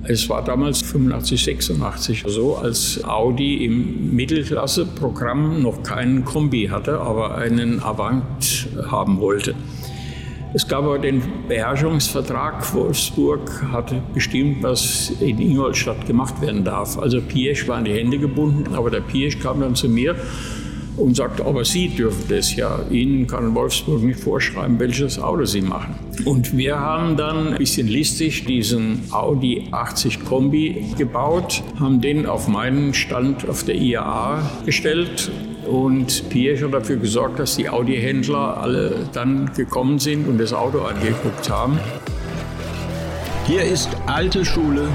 Es war damals 85, 86 so, als Audi im Mittelklasse-Programm noch keinen Kombi hatte, aber einen Avant haben wollte. Es gab aber den Beherrschungsvertrag. Wolfsburg hatte bestimmt, was in Ingolstadt gemacht werden darf. Also Piëch war an die Hände gebunden, aber der Piëch kam dann zu mir und sagte, aber Sie dürfen das ja. Ihnen kann Wolfsburg nicht vorschreiben, welches Auto Sie machen. Und wir haben dann ein bisschen listig diesen Audi 80 Kombi gebaut, haben den auf meinen Stand auf der IAA gestellt. Und Piëch hat dafür gesorgt, dass die Audi-Händler alle dann gekommen sind und das Auto angeguckt haben. Hier ist alte Schule,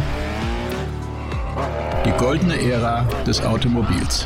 die goldene Ära des Automobils.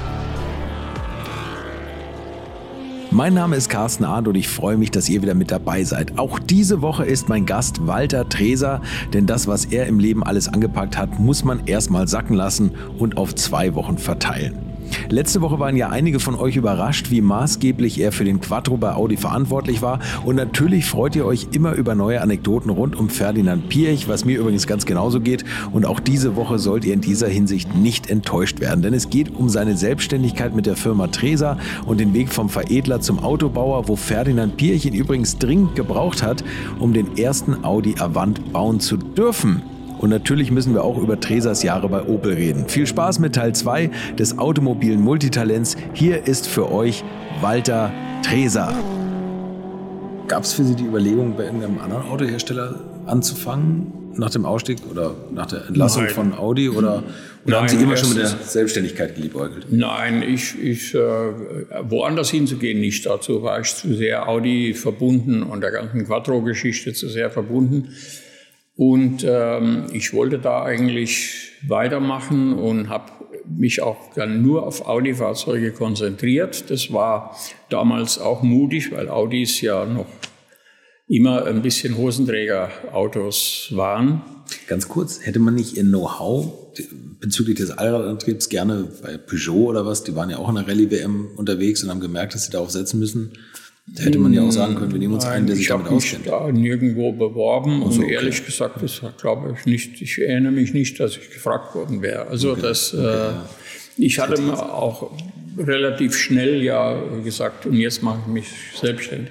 Mein Name ist Carsten Arndt und ich freue mich, dass ihr wieder mit dabei seid. Auch diese Woche ist mein Gast Walter Treser, denn das, was er im Leben alles angepackt hat, muss man erstmal sacken lassen und auf 2 Wochen verteilen. Letzte Woche waren ja einige von euch überrascht, wie maßgeblich er für den Quattro bei Audi verantwortlich war. Und natürlich freut ihr euch immer über neue Anekdoten rund um Ferdinand Piëch, was mir übrigens ganz genauso geht. Und auch diese Woche sollt ihr in dieser Hinsicht nicht enttäuscht werden, denn es geht um seine Selbstständigkeit mit der Firma Treser und den Weg vom Veredler zum Autobauer, wo Ferdinand Piëch ihn übrigens dringend gebraucht hat, um den ersten Audi Avant bauen zu dürfen. Und natürlich müssen wir auch über Tresers Jahre bei Opel reden. Viel Spaß mit Teil 2 des automobilen Multitalents. Hier ist für euch Walter Treser. Gab es für Sie die Überlegung, bei irgendeinem anderen Autohersteller anzufangen, nach dem Ausstieg oder nach der Entlassung von Audi? Oder haben Sie immer schon mit der Selbstständigkeit geliebäugelt? Nein, woanders hinzugehen nicht. Dazu war ich zu sehr Audi verbunden und der ganzen Quattro-Geschichte zu sehr verbunden. Und ich wollte da eigentlich weitermachen und habe mich auch dann nur auf Audi-Fahrzeuge konzentriert. Das war damals auch mutig, weil Audis ja noch immer ein bisschen Hosenträger-Autos waren. Ganz kurz, hätte man nicht Ihr Know-how bezüglich des Allradantriebs gerne bei Peugeot oder was, die waren ja auch in der Rallye-WM unterwegs und haben gemerkt, dass sie darauf setzen müssen. Da hätte man ja auch sagen können, wir nehmen uns einen, der sich damit auskennt. Ich habe mich da nirgendwo beworben und ehrlich gesagt, das glaube ich nicht. Ich erinnere mich nicht, dass ich gefragt worden wäre. Also ich hatte mir auch relativ schnell ja gesagt, und jetzt mache ich mich selbstständig.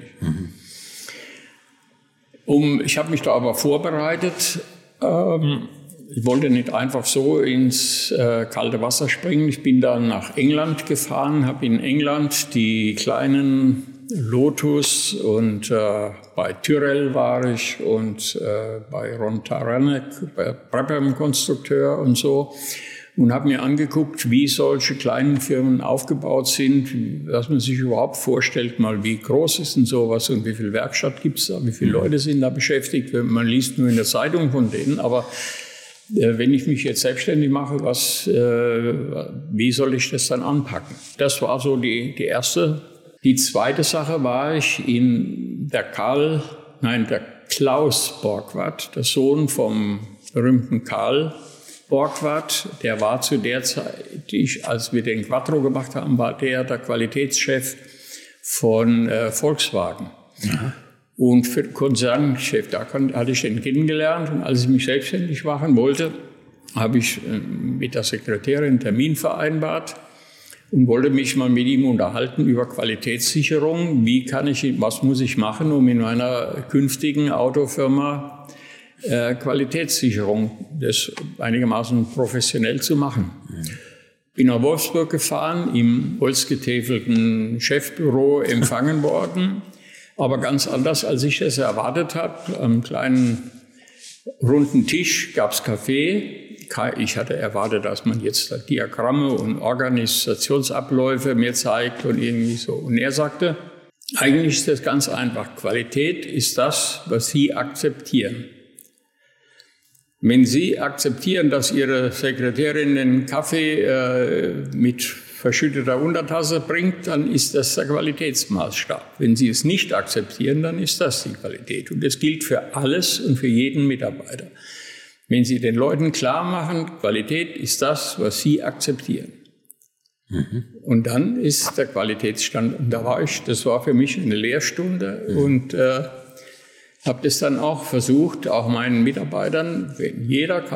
Ich habe mich da aber vorbereitet. Ich wollte nicht einfach so ins kalte Wasser springen. Ich bin dann nach England gefahren, habe in England die kleinen Lotus und bei Tyrrell war ich und bei Ron Taranek, bei Brabham Konstrukteur und so, und habe mir angeguckt, wie solche kleinen Firmen aufgebaut sind, dass man sich überhaupt vorstellt, mal wie groß ist denn sowas und wie viel Werkstatt gibt es da, wie viele Leute sind da beschäftigt. Man liest nur in der Zeitung von denen, aber wenn ich mich jetzt selbstständig mache, wie soll ich das dann anpacken? Das war so die erste. Die zweite Sache war ich in der Klaus Borgward, der Sohn vom berühmten Karl Borgward. Der war zu der Zeit, als wir den Quattro gemacht haben, war der Qualitätschef von Volkswagen. Ja. Und für den Konzernchef, da hatte ich den kennengelernt. Und als ich mich selbstständig machen wollte, habe ich mit der Sekretärin einen Termin vereinbart und wollte mich mal mit ihm unterhalten über Qualitätssicherung. Was muss ich machen, um in meiner künftigen Autofirma Qualitätssicherung das einigermaßen professionell zu machen. Bin nach Wolfsburg gefahren, im holzgetäfelten Chefbüro empfangen worden, aber ganz anders, als ich das erwartet habe. Am kleinen runden Tisch gab es Kaffee. Ich hatte erwartet, dass man jetzt Diagramme und Organisationsabläufe mir zeigt und irgendwie so. Und er sagte, eigentlich ist das ganz einfach. Qualität ist das, was Sie akzeptieren. Wenn Sie akzeptieren, dass Ihre Sekretärin den Kaffee mit verschütteter Untertasse bringt, dann ist das der Qualitätsmaßstab. Wenn Sie es nicht akzeptieren, dann ist das die Qualität. Und das gilt für alles und für jeden Mitarbeiter. Wenn Sie den Leuten klar machen, Qualität ist das, was Sie akzeptieren. Und dann ist der Qualitätsstand, und das war für mich eine Lehrstunde und habe das dann auch versucht, auch meinen Mitarbeitern, jeder kann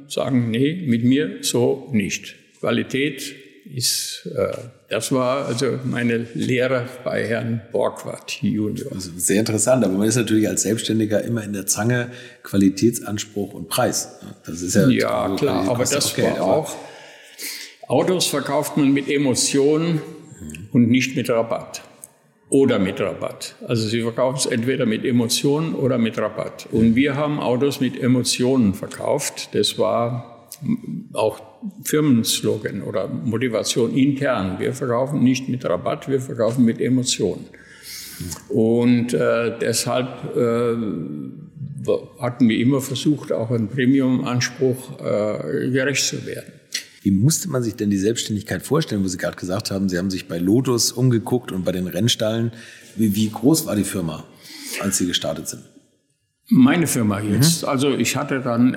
sagen, nee, mit mir so nicht. Qualität ist, das war also meine Lehre bei Herrn Borgwardt Junior. Also sehr interessant, aber man ist natürlich als Selbstständiger immer in der Zange Qualitätsanspruch und Preis. Das ist ja klar, aber das war auch, Autos verkauft man mit Emotionen und nicht mit Rabatt. Oder mit Rabatt. Also Sie verkaufen es entweder mit Emotionen oder mit Rabatt. Und wir haben Autos mit Emotionen verkauft. Das war auch Firmenslogan oder Motivation intern. Wir verkaufen nicht mit Rabatt, wir verkaufen mit Emotionen. Und deshalb hatten wir immer versucht, auch einem Premium-Anspruch gerecht zu werden. Wie musste man sich denn die Selbstständigkeit vorstellen, wo Sie gerade gesagt haben, Sie haben sich bei Lotus umgeguckt und bei den Rennstallen. Wie groß war die Firma, als Sie gestartet sind? Meine Firma jetzt. Also ich hatte dann,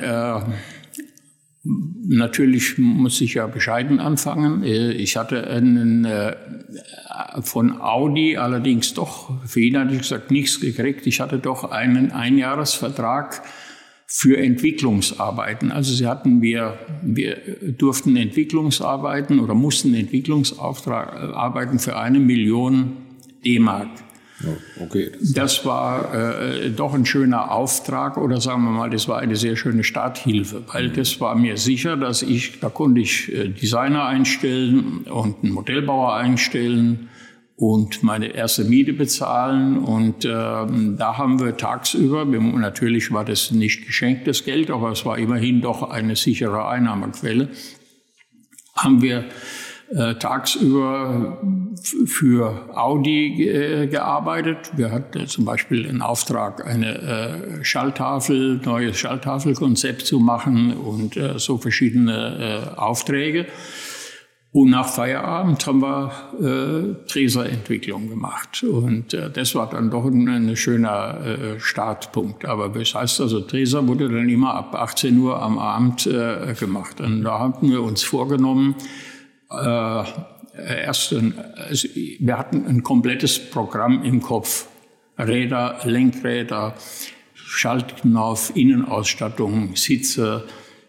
natürlich muss ich ja bescheiden anfangen. Ich hatte einen von Audi allerdings doch, für ihn hatte ich gesagt, nichts gekriegt. Ich hatte doch einen Einjahresvertrag für Entwicklungsarbeiten. Also wir durften Entwicklungsarbeiten oder mussten Entwicklungsarbeiten für 1 Million D-Mark. Oh, okay. Das war doch ein schöner Auftrag oder sagen wir mal, das war eine sehr schöne Starthilfe, weil das war mir sicher, da konnte ich Designer einstellen und einen Modellbauer einstellen und meine erste Miete bezahlen. Und da haben wir tagsüber, natürlich war das nicht geschenktes Geld, aber es war immerhin doch eine sichere Einnahmequelle, haben wir tagsüber für Audi gearbeitet. Wir hatten zum Beispiel einen Auftrag, eine neues Schalltafelkonzept zu machen und so verschiedene Aufträge. Und nach Feierabend haben wir Tresa-Entwicklung gemacht. Und das war dann doch ein schöner Startpunkt. Aber das heißt also, Tresa wurde dann immer ab 18 Uhr am Abend gemacht. Und da hatten wir uns vorgenommen, wir hatten ein komplettes Programm im Kopf. Räder, Lenkräder, Schaltknopf, Innenausstattung, Sitze,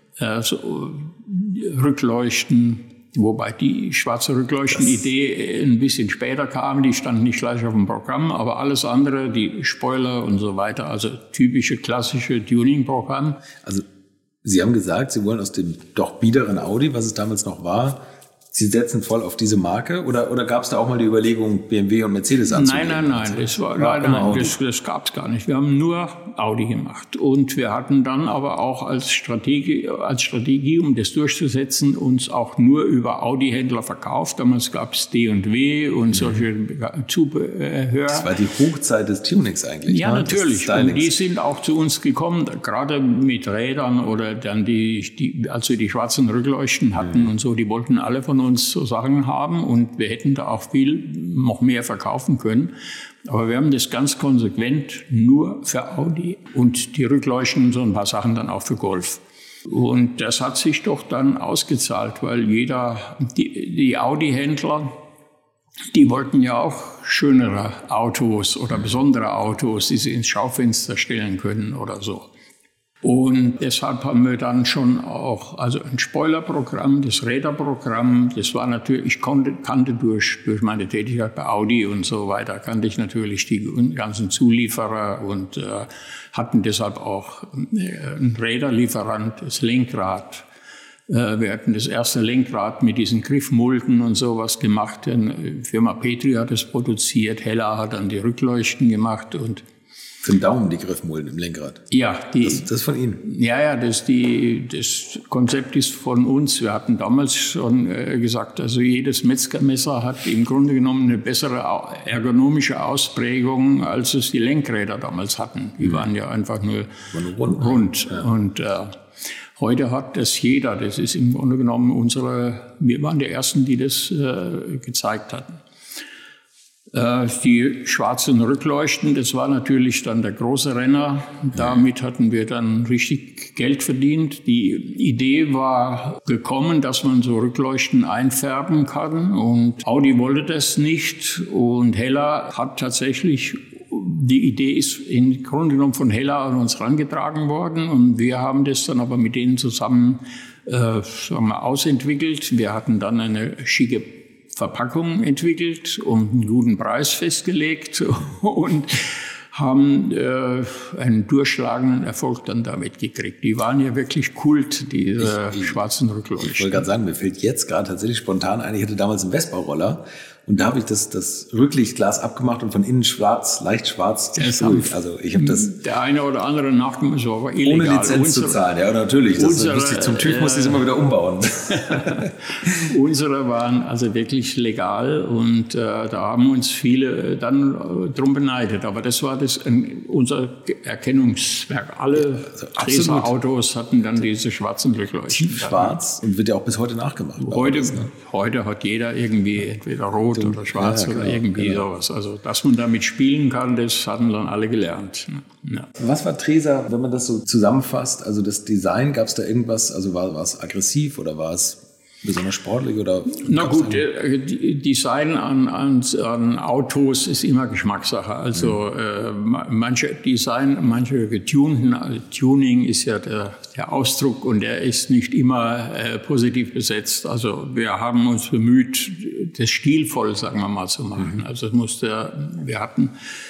Rückleuchten. Wobei die schwarze Rückleuchten-Idee ein bisschen später kam, die stand nicht gleich auf dem Programm, aber alles andere, die Spoiler und so weiter, also typische klassische Tuning-Programm. Also Sie haben gesagt, Sie wollen aus dem doch biederen Audi, was es damals noch war, Sie setzen voll auf diese Marke oder gab es da auch mal die Überlegung, BMW und Mercedes anzunehmen? Nein, das gab es gar nicht. Wir haben nur Audi gemacht. Und wir hatten dann aber auch als Strategie, um das durchzusetzen, uns auch nur über Audi-Händler verkauft. Damals gab es D&W und solche Zubehör. Das war die Hochzeit des Tunings eigentlich. Ja, natürlich. Und die sind auch zu uns gekommen, gerade mit Rädern oder dann als wir die schwarzen Rückleuchten hatten und so, die wollten alle von uns so Sachen haben und wir hätten da auch noch mehr verkaufen können. Aber wir haben das ganz konsequent nur für Audi und die Rückleuchten so ein paar Sachen dann auch für Golf. Und das hat sich doch dann ausgezahlt, weil die Audi-Händler, die wollten ja auch schönere Autos oder besondere Autos, die sie ins Schaufenster stellen können oder so. Und deshalb haben wir dann schon auch, also ein Spoilerprogramm, das Räderprogramm, das war natürlich, ich kannte durch meine Tätigkeit bei Audi und so weiter, kannte ich natürlich die ganzen Zulieferer und hatten deshalb auch einen Räderlieferant, das Lenkrad. Wir hatten das erste Lenkrad mit diesen Griffmulden und sowas gemacht. Die Firma Petri hat es produziert, Hella hat dann die Rückleuchten gemacht und für den Daumen die Griffmulden im Lenkrad? Ja. Das ist von Ihnen? Ja, das Konzept ist von uns. Wir hatten damals schon gesagt, also jedes Metzgermesser hat im Grunde genommen eine bessere ergonomische Ausprägung, als es die Lenkräder damals hatten. Die waren ja einfach nur rund. Ja. Und heute hat das jeder. Das ist im Grunde genommen wir waren die Ersten, die das gezeigt hatten. Die schwarzen Rückleuchten, das war natürlich dann der große Renner. Damit hatten wir dann richtig Geld verdient. Die Idee war gekommen, dass man so Rückleuchten einfärben kann. Und Audi wollte das nicht. Und Hella hat tatsächlich die Idee ist im Grunde genommen von Hella an uns herangetragen worden und wir haben das dann aber mit denen zusammen ausentwickelt. Wir hatten dann eine schicke Verpackung entwickelt und einen guten Preis festgelegt und haben einen durchschlagenden Erfolg dann damit gekriegt. Die waren ja wirklich Kult, diese schwarzen Rückleuchten. Ich wollte gerade sagen, mir fällt jetzt gerade tatsächlich spontan ein, ich hatte damals einen Vespa-Roller und da habe ich das Rücklichtglas abgemacht und von innen schwarz, leicht schwarz gesprüht. Also ich habe das... Der eine oder andere nachgemacht, so aber illegal. Ohne Lizenz zu zahlen, ja natürlich. Das musste ich, zum TÜV musste ich es immer wieder umbauen. Unsere waren also wirklich legal und da haben uns viele dann drum beneidet. Aber das war unser Erkennungswerk. Alle Tresa-Autos hatten dann diese schwarzen Rückleuchten. Tiefschwarz und wird ja auch bis heute nachgemacht. Heute hat jeder irgendwie entweder rot oder schwarz oder irgendwie sowas. Also, dass man damit spielen kann, das hatten dann alle gelernt. Ja. Was war Tresa, wenn man das so zusammenfasst? Also das Design, gab es da irgendwas? Also war es aggressiv oder war es besonders sportlich? Oder na gut, Design an Autos ist immer Geschmackssache. Also manche getunten, Tuning ist ja der Ausdruck und der ist nicht immer positiv besetzt. Also wir haben uns bemüht, das stilvoll, sagen wir mal, zu machen. Also wir hatten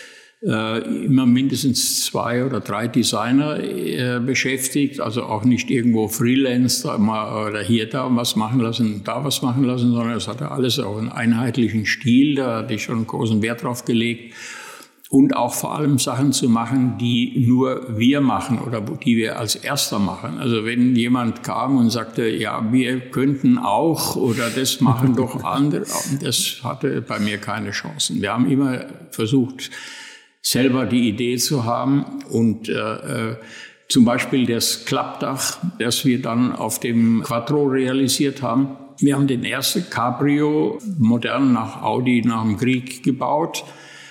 immer mindestens 2 oder 3 Designer beschäftigt, also auch nicht irgendwo Freelancer oder hier da was machen lassen, da was machen lassen, sondern es hatte alles auch einen einheitlichen Stil, da hatte ich schon großen Wert drauf gelegt. Und auch vor allem Sachen zu machen, die nur wir machen oder die wir als Erster machen. Also wenn jemand kam und sagte, ja, wir könnten auch oder das machen doch andere, das hatte bei mir keine Chancen. Wir haben immer versucht, selber die Idee zu haben und zum Beispiel das Klappdach, das wir dann auf dem Quattro realisiert haben. Wir haben den ersten Cabrio modern nach Audi nach dem Krieg gebaut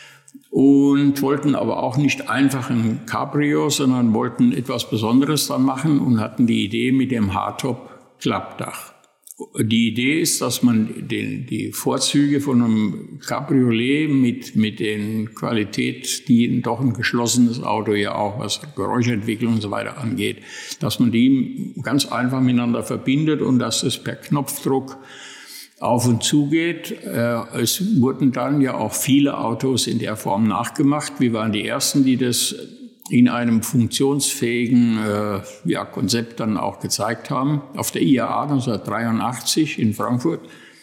und wollten aber auch nicht einfach ein Cabrio, sondern wollten etwas Besonderes dran machen und hatten die Idee mit dem Hardtop-Klappdach. Die Idee ist, dass man die Vorzüge von einem Cabriolet mit den Qualität, die doch ein geschlossenes Auto ja auch, was Geräuschentwicklung und so weiter angeht, dass man die ganz einfach miteinander verbindet und dass es per Knopfdruck auf und zu geht. Es wurden dann ja auch viele Autos in der Form nachgemacht. Wir waren die Ersten, die das in einem funktionsfähigen Konzept dann auch gezeigt haben. Auf der IAA 1983 in Frankfurt.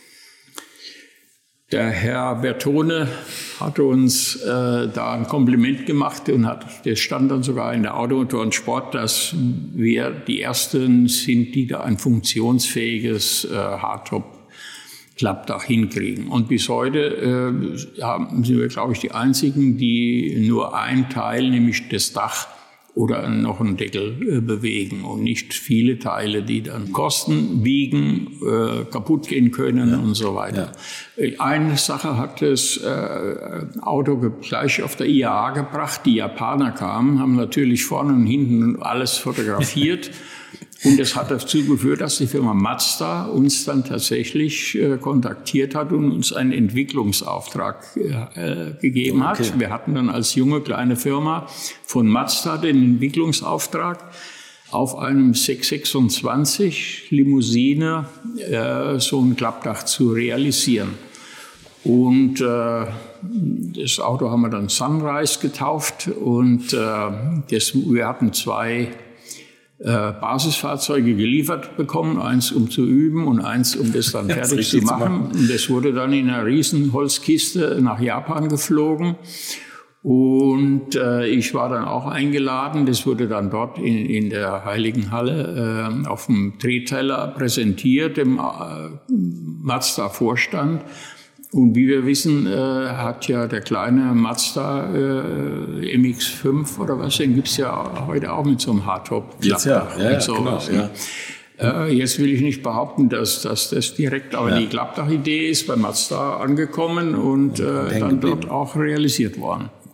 Der Herr Bertone hat uns da ein Kompliment gemacht und das stand dann sogar in der Automotor und Sport, dass wir die Ersten sind, die da ein funktionsfähiges Hardtop-Klappdach hinkriegen. Und bis heute sind wir, glaube ich, die Einzigen, die nur ein Teil, nämlich das Dach oder noch einen Deckel bewegen und nicht viele Teile, die dann kosten, wiegen, kaputt gehen können und so weiter. Ja. Eine Sache hat das Auto gleich auf der IAA gebracht. Die Japaner kamen, haben natürlich vorne und hinten alles fotografiert. Und das hat dazu geführt, dass die Firma Mazda uns dann tatsächlich kontaktiert hat und uns einen Entwicklungsauftrag gegeben hat. Wir hatten dann als junge kleine Firma von Mazda den Entwicklungsauftrag, auf einem 626 Limousine so ein Klappdach zu realisieren. Und das Auto haben wir dann Sunrise getauft und wir hatten 2 Basisfahrzeuge geliefert bekommen, eins um zu üben und eins um das dann fertig zu machen. Und das wurde dann in einer riesen Holzkiste nach Japan geflogen. Und ich war dann auch eingeladen. Das wurde dann dort in der Heiligen Halle auf dem Drehteller präsentiert, dem Mazda-Vorstand. Und wie wir wissen, hat ja der kleine Mazda MX-5 oder was, den gibt's ja heute auch mit so einem Hardtop-Klappdach. Ja, genau, ja. Jetzt will ich nicht behaupten, dass das direkt, aber die Klappdach-Idee ist bei Mazda angekommen und dann dort auch realisiert worden.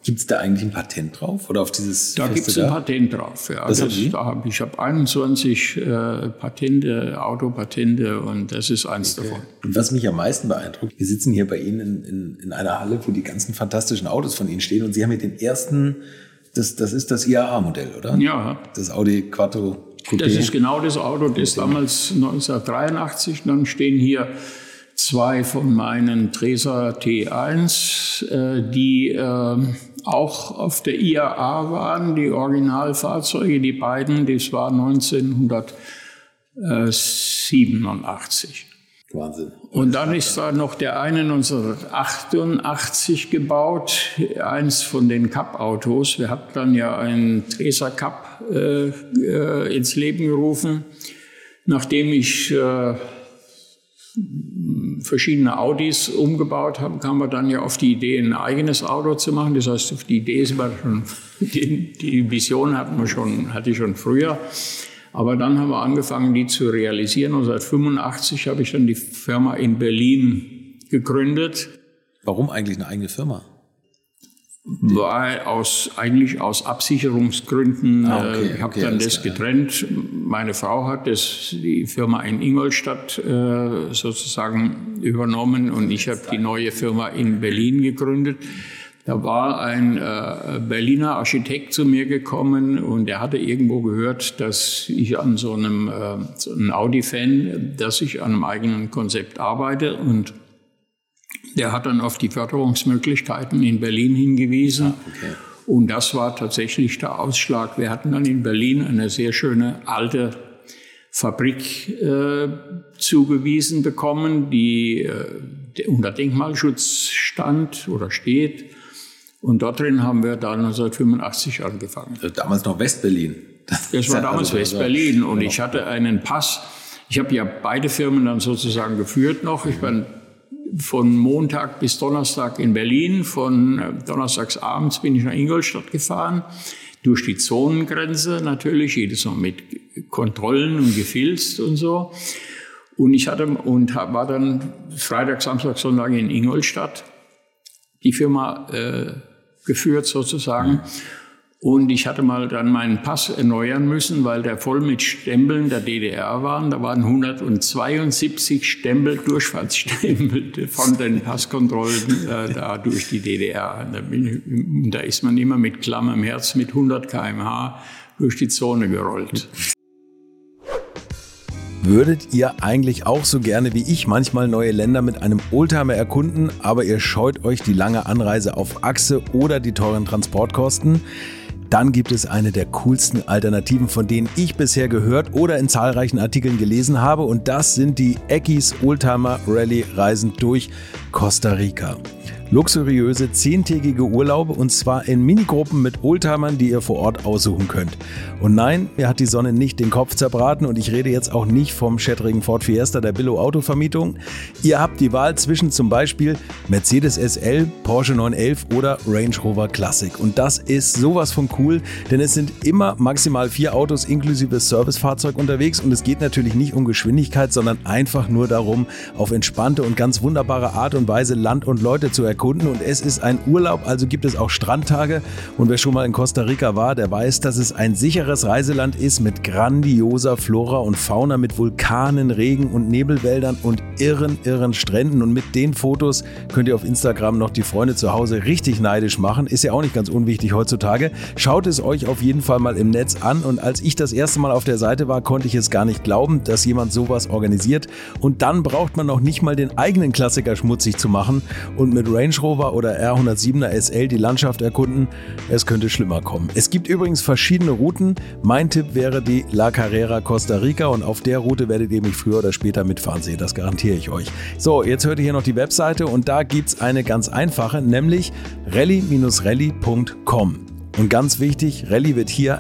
Gibt es da eigentlich ein Patent drauf? Oder auf dieses Da gibt es ein Patent drauf, ja. Ich habe 21 Patente, Autopatente und das ist eins davon. Und was mich am meisten beeindruckt, wir sitzen hier bei Ihnen in einer Halle, wo die ganzen fantastischen Autos von Ihnen stehen und Sie haben hier den ersten, das ist das IAA-Modell, oder? Ja. Das Audi Quattro Coupé. Das ist genau das Auto, das damals 1983, dann stehen hier 2 von meinen Tresa T1, die auch auf der IAA waren, die Originalfahrzeuge, die beiden, das war 1987. Wahnsinn. Und dann ist da noch der eine 1988 gebaut, eins von den Cup-Autos. Wir hatten dann ja einen Tresa Cup ins Leben gerufen, nachdem ich verschiedene Audis umgebaut haben, kam man dann ja auf die Idee, ein eigenes Auto zu machen. Das heißt, auf die Idee ist man schon, die Vision hatte ich schon früher. Aber dann haben wir angefangen, die zu realisieren. Und seit 1985 habe ich dann die Firma in Berlin gegründet. Warum eigentlich eine eigene Firma? Weil eigentlich aus Absicherungsgründen. Ich habe dann das getrennt. Meine Frau hat die Firma in Ingolstadt sozusagen übernommen und ich habe die neue Firma in Berlin gegründet. Da war ein Berliner Architekt zu mir gekommen und der hatte irgendwo gehört, dass ich an so einem Audi-Fan, dass ich an einem eigenen Konzept arbeite, und der hat dann auf die Förderungsmöglichkeiten in Berlin hingewiesen. Okay. Und das war tatsächlich der Ausschlag. Wir hatten dann in Berlin eine sehr schöne alte Fabrik zugewiesen bekommen, die unter Denkmalschutz stand oder steht. Und dort drin haben wir dann 1985 angefangen. Damals noch Westberlin. Das war damals Westberlin. Und ich hatte einen Pass. Ich habe ja beide Firmen dann sozusagen geführt noch. Ich war von Montag bis Donnerstag in Berlin. Von donnerstags abends bin ich nach Ingolstadt gefahren. Durch die Zonengrenze natürlich, jedes Mal mit Kontrollen und gefilzt und so. Und war dann Freitag, Samstag, Sonntag in Ingolstadt die Firma geführt sozusagen. Und ich hatte mal dann meinen Pass erneuern müssen, weil der voll mit Stempeln der DDR waren. Da waren 172 Stempel, Durchfahrtsstempel von den Passkontrollen da durch die DDR. Da ist man immer mit klammem Herz mit 100 km/h durch die Zone gerollt. Würdet ihr eigentlich auch so gerne wie ich manchmal neue Länder mit einem Oldtimer erkunden, aber ihr scheut euch die lange Anreise auf Achse oder die teuren Transportkosten? Dann gibt es eine der coolsten Alternativen, von denen ich bisher gehört oder in zahlreichen Artikeln gelesen habe, und das sind die Eckis Oldtimer Rallye Reisen durch Costa Rica. Luxuriöse 10-tägige Urlaube, und zwar in Minigruppen mit Oldtimern, die ihr vor Ort aussuchen könnt. Und nein, mir hat die Sonne nicht den Kopf zerbraten, und ich rede jetzt auch nicht vom schättrigen Ford Fiesta der Billo-Autovermietung. Ihr habt die Wahl zwischen zum Beispiel Mercedes SL, Porsche 911 oder Range Rover Classic. Und das ist sowas von cool, denn es sind immer maximal 4 Autos inklusive Servicefahrzeug unterwegs, und es geht natürlich nicht um Geschwindigkeit, sondern einfach nur darum, auf entspannte und ganz wunderbare Art und Weise Land und Leute zu erkunden. Und es ist ein Urlaub, also gibt es auch Strandtage. Und wer schon mal in Costa Rica war, der weiß, dass es ein sicheres Reiseland ist mit grandioser Flora und Fauna, mit Vulkanen, Regen- und Nebelwäldern und irren Stränden. Und mit den Fotos könnt ihr auf Instagram noch die Freunde zu Hause richtig neidisch machen. Ist ja auch nicht ganz unwichtig heutzutage. Schaut es euch auf jeden Fall mal im Netz an. Und als ich das erste Mal auf der Seite war, konnte ich es gar nicht glauben, dass jemand sowas organisiert. Und dann braucht man noch nicht mal den eigenen Klassiker schmutzig zu machen und mit Range Rover oder R107er SL die Landschaft erkunden. Es könnte schlimmer kommen. Es gibt übrigens verschiedene Routen. Mein Tipp wäre die La Carrera Costa Rica, und auf der Route werdet ihr mich früher oder später mitfahren sehen. Das garantiere ich euch. So, jetzt hört ihr hier noch die Webseite, und da gibt es eine ganz einfache, nämlich rally-rally.com. Und ganz wichtig, Rally wird hier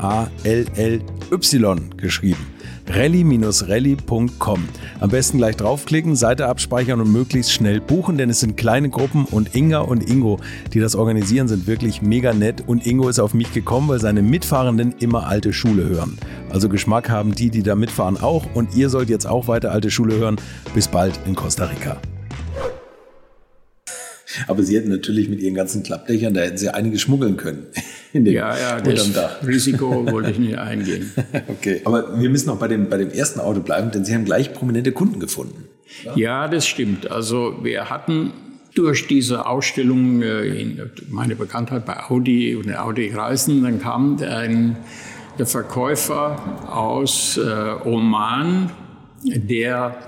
R-A-L-L-Y geschrieben. rally-rally.com. Am besten gleich draufklicken, Seite abspeichern und möglichst schnell buchen, denn es sind kleine Gruppen, und Inga und Ingo, die das organisieren, sind wirklich mega nett, und Ingo ist auf mich gekommen, weil seine Mitfahrenden immer alte Schule hören. Also Geschmack haben die da mitfahren auch, und ihr sollt jetzt auch weiter alte Schule hören. Bis bald in Costa Rica. Aber Sie hätten natürlich mit Ihren ganzen Klappdächern, da hätten Sie einige schmuggeln können. Das Risiko wollte ich nicht eingehen. Okay, aber wir müssen auch bei dem ersten Auto bleiben, denn Sie haben gleich prominente Kunden gefunden. Ja, das stimmt. Also wir hatten durch diese Ausstellung meine Bekanntheit bei Audi und den Audi-Kreisen, dann kam der Verkäufer aus Oman, der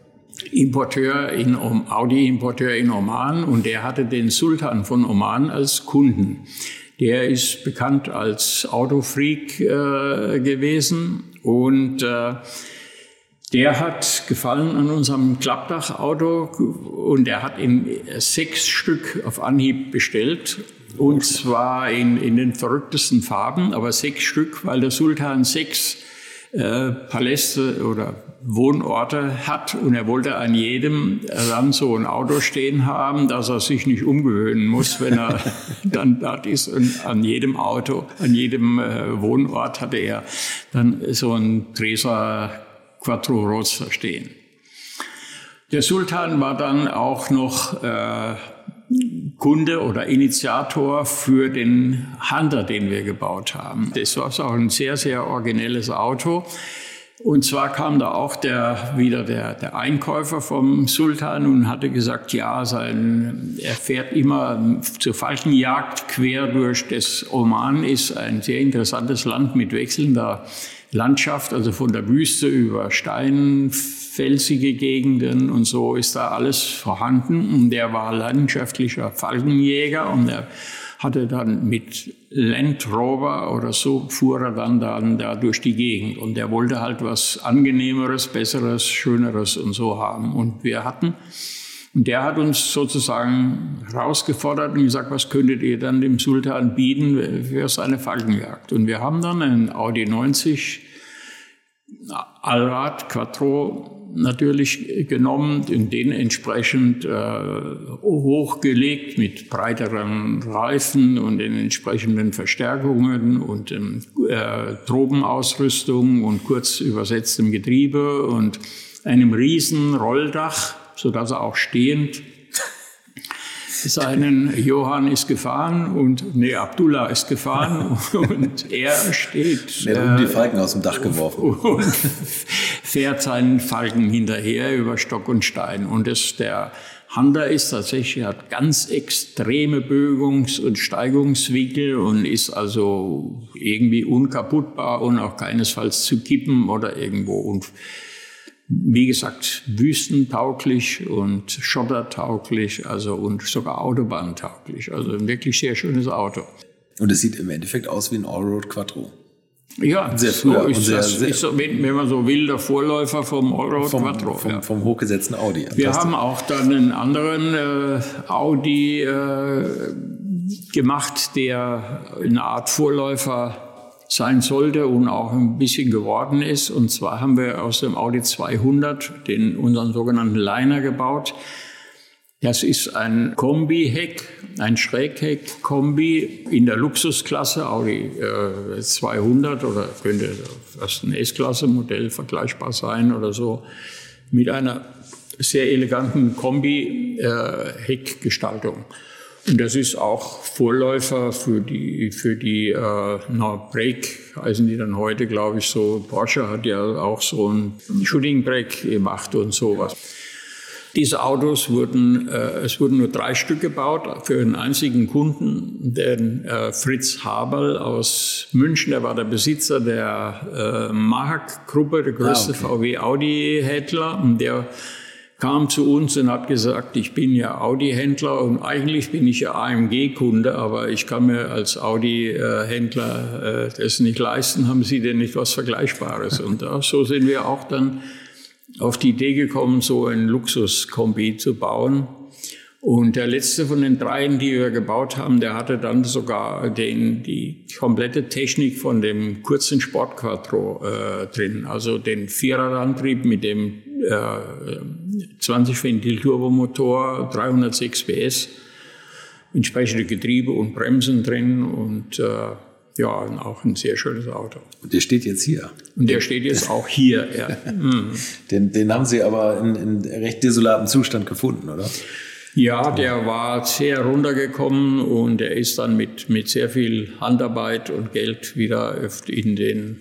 Audi-Importeur in Oman, und der hatte den Sultan von Oman als Kunden. Der ist bekannt als Autofreak gewesen und der hat Gefallen an unserem Klappdachauto und der hat 6 Stück auf Anhieb bestellt. Und zwar in den verrücktesten Farben, aber 6 Stück, weil der Sultan 6 Paläste oder Wohnorte hat und er wollte an jedem dann so ein Auto stehen haben, dass er sich nicht umgewöhnen muss, wenn er dann dort ist. Und an jedem Wohnort hatte er dann so ein Tresa Quattro Roadster stehen. Der Sultan war dann auch noch Kunde oder Initiator für den Hunter, den wir gebaut haben. Das war auch ein sehr, sehr originelles Auto. Und zwar kam da auch der Einkäufer vom Sultan und hatte gesagt, ja, er fährt immer zur Falkenjagd quer durch das Oman, ist ein sehr interessantes Land mit wechselnder Landschaft, also von der Wüste über steinfelsige Gegenden und so ist da alles vorhanden. Und der war leidenschaftlicher Falkenjäger und er hatte dann mit Land Rover oder so, fuhr er dann da durch die Gegend. Und er wollte halt was Angenehmeres, Besseres, Schöneres und so haben. Und der hat uns sozusagen herausgefordert und gesagt, was könntet ihr dann dem Sultan bieten für seine Falkenjagd? Und wir haben dann einen Audi 90 Allrad Quattro natürlich genommen und den entsprechend hochgelegt mit breiteren Reifen und den entsprechenden Verstärkungen und Tropenausrüstung und kurz übersetztem Getriebe und einem riesen Rolldach, sodass er auch stehend Johann ist gefahren Abdullah ist gefahren und er steht. Er hat die Falken aus dem Dach geworfen. Und fährt seinen Falken hinterher über Stock und Stein. Und der Hunter ist tatsächlich, hat ganz extreme Bögungs- und Steigungswinkel und ist also irgendwie unkaputtbar und auch keinesfalls zu kippen oder irgendwo. Und wie gesagt, wüstentauglich und schottertauglich, also und sogar autobahntauglich. Also ein wirklich sehr schönes Auto. Und es sieht im Endeffekt aus wie ein Allroad Quattro. Ja, sehr früher. Wenn man so will, der Vorläufer vom Allroad Quattro. Vom hochgesetzten Audi. Wir haben auch dann einen anderen Audi gemacht, der eine Art Vorläufer sein sollte und auch ein bisschen geworden ist. Und zwar haben wir aus dem Audi 200 unseren sogenannten Liner gebaut. Das ist ein Kombi-Heck, ein Schrägheck-Kombi in der Luxusklasse, Audi 200 oder könnte fast ein S-Klasse-Modell vergleichbar sein oder so, mit einer sehr eleganten Kombi-Heckgestaltung. Und das ist auch Vorläufer für die Brake, heißen die dann heute, glaube ich, so. Porsche hat ja auch so ein Shooting Brake gemacht und sowas. Diese Autos es wurden nur 3 Stück gebaut für einen einzigen Kunden, den Fritz Haberl aus München. Der war der Besitzer der Mahak-Gruppe, der größte VW-Audi-Händler. Und der kam zu uns und hat gesagt, ich bin ja Audi-Händler und eigentlich bin ich ja AMG-Kunde, aber ich kann mir als Audi-Händler das nicht leisten. Haben Sie denn nicht was Vergleichbares? Und so sind wir auch dann auf die Idee gekommen, so ein Luxus-Kombi zu bauen. Und der letzte von den 3, die wir gebaut haben, der hatte dann sogar die komplette Technik von dem kurzen Sport-Quattro drin. Also den Vierradantrieb mit dem 20-Ventil-Turbomotor, 306 PS, entsprechende Getriebe und Bremsen drin und auch ein sehr schönes Auto. Und der steht jetzt hier. Und der steht jetzt auch hier, ja. Den haben Sie aber in recht desolatem Zustand gefunden, oder? Ja, der war sehr runtergekommen und er ist dann mit sehr viel Handarbeit und Geld wieder in den,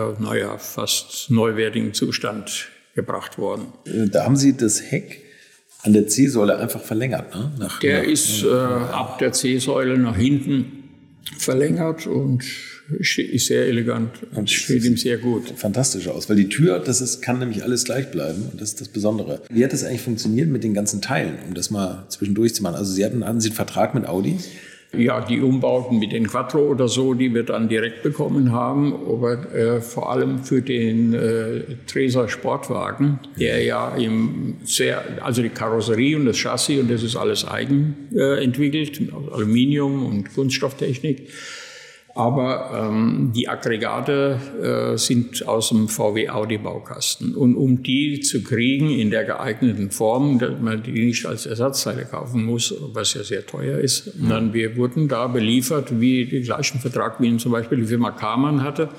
fast neuwertigen Zustand gebracht worden. Da haben Sie das Heck an der C-Säule einfach verlängert, ne? Der ist ab der C-Säule nach hinten verlängert und ist sehr elegant und steht ihm sehr gut. Fantastisch aus, weil die Tür, kann nämlich alles gleich bleiben und das ist das Besondere. Wie hat das eigentlich funktioniert mit den ganzen Teilen, um das mal zwischendurch zu machen? Also hatten Sie einen Vertrag mit Audi? Ja, die Umbauten mit den Quattro oder so, die wir dann direkt bekommen haben, aber vor allem für den Tresa Sportwagen, der ja also die Karosserie und das Chassis und das ist alles eigen entwickelt, aus Aluminium und Kunststofftechnik. Aber die Aggregate sind aus dem VW-Audi-Baukasten. Und um die zu kriegen in der geeigneten Form, dass man die nicht als Ersatzteile kaufen muss, was ja sehr teuer ist, dann wir wurden da beliefert wie den gleichen Vertrag, wie ihn zum Beispiel die Firma Karmann hatte,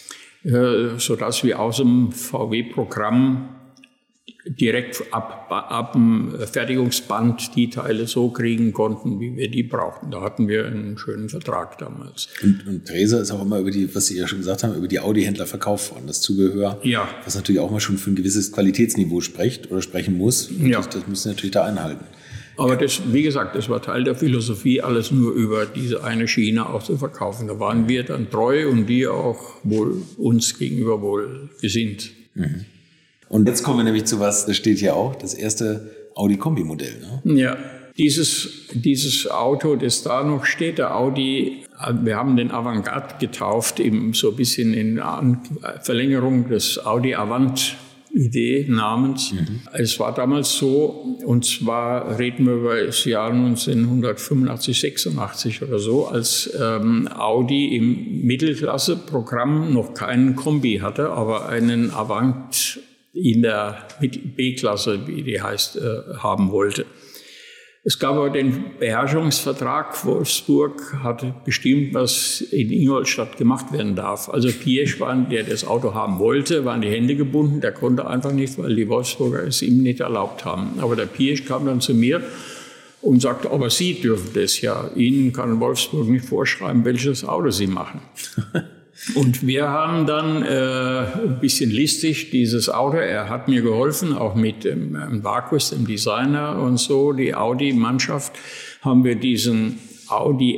sodass wir aus dem VW-Programm direkt ab dem Fertigungsband die Teile so kriegen konnten, wie wir die brauchten. Da hatten wir einen schönen Vertrag damals. Und Tresa ist auch immer über die, was Sie ja schon gesagt haben, über die Audi-Händler verkauft worden, das Zubehör. Ja. Was natürlich auch mal schon für ein gewisses Qualitätsniveau spricht oder sprechen muss. Ja. Das müssen Sie natürlich da einhalten. Aber wie gesagt, das war Teil der Philosophie, alles nur über diese eine Schiene auch zu verkaufen. Da waren wir dann treu und die auch uns gegenüber wohl gesinnt. Mhm. Und jetzt kommen wir nämlich zu was, das steht hier auch, das erste Audi-Kombi-Modell. Ne? Ja, dieses Auto, das da noch steht, der Audi, wir haben den Avantgarde getauft, eben so ein bisschen in Verlängerung des Audi Avant-Idee Namens. Es war damals so, und zwar reden wir über das Jahr 1985, 86 oder so, als Audi im Mittelklasse-Programm noch keinen Kombi hatte, aber einen Avant in der B-Klasse, wie die heißt, haben wollte. Es gab aber den Beherrschungsvertrag. Wolfsburg hatte bestimmt, was in Ingolstadt gemacht werden darf. Also Piëch, der das Auto haben wollte, waren die Hände gebunden. Der konnte einfach nicht, weil die Wolfsburger es ihm nicht erlaubt haben. Aber der Piëch kam dann zu mir und sagte, aber Sie dürfen das ja. Ihnen kann Wolfsburg nicht vorschreiben, welches Auto Sie machen. Und wir haben dann ein bisschen listig dieses Auto, er hat mir geholfen, auch mit Markus, dem Designer und so, die Audi-Mannschaft, haben wir diesen Audi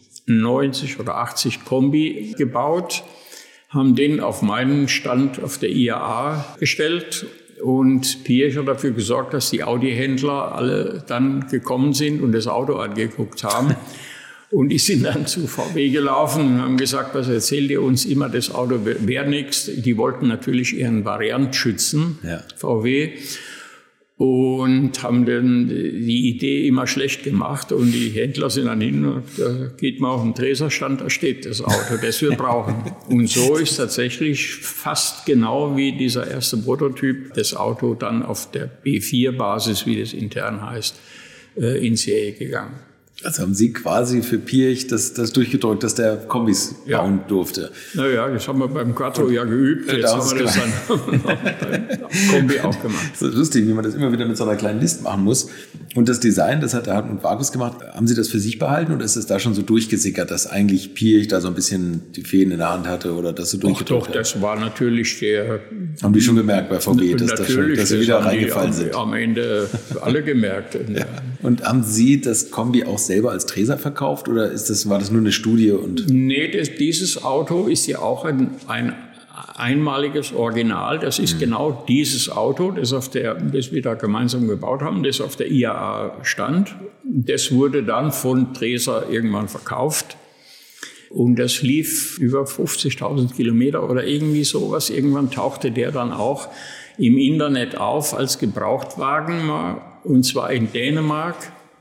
90 oder 80 Kombi gebaut, haben den auf meinen Stand auf der IAA gestellt und Piëch hat dafür gesorgt, dass die Audi-Händler alle dann gekommen sind und das Auto angeguckt haben. Und die sind dann zu VW gelaufen und haben gesagt, was erzählt ihr uns immer, das Auto wäre nichts. Die wollten natürlich ihren Variant schützen, ja. VW, und haben dann die Idee immer schlecht gemacht. Und die Händler sind dann hin und da geht man auf den Tresa-Stand, da steht das Auto, das wir brauchen. Und so ist tatsächlich fast genau wie dieser erste Prototyp das Auto dann auf der B4-Basis, wie das intern heißt, in Serie gegangen. Also haben Sie quasi für Piëch das durchgedrückt, dass der Kombis bauen durfte? Naja, das haben wir beim Quattro ja geübt. Jetzt haben wir das dann beim Kombi auch gemacht. Das ist lustig, wie man das immer wieder mit so einer kleinen List machen muss. Und das Design, das hat der Hartmut Vargus gemacht. Haben Sie das für sich behalten oder ist es da schon so durchgesickert, dass eigentlich Piëch da so ein bisschen die Fäden in der Hand hatte oder das so durchgedrückt hat? Doch, das war natürlich der... Haben die schon gemerkt bei VW, dass sie wieder reingefallen sind? Am Ende alle gemerkt. Ja. Und haben Sie das Kombi auch selber als Tresa verkauft oder war das nur eine Studie? Nee, dieses Auto ist ja auch ein einmaliges Original. Das ist genau dieses Auto, das wir da gemeinsam gebaut haben, das auf der IAA stand. Das wurde dann von Tresa irgendwann verkauft. Und das lief über 50.000 Kilometer oder irgendwie sowas. Irgendwann tauchte der dann auch im Internet auf als Gebrauchtwagen, und zwar in Dänemark.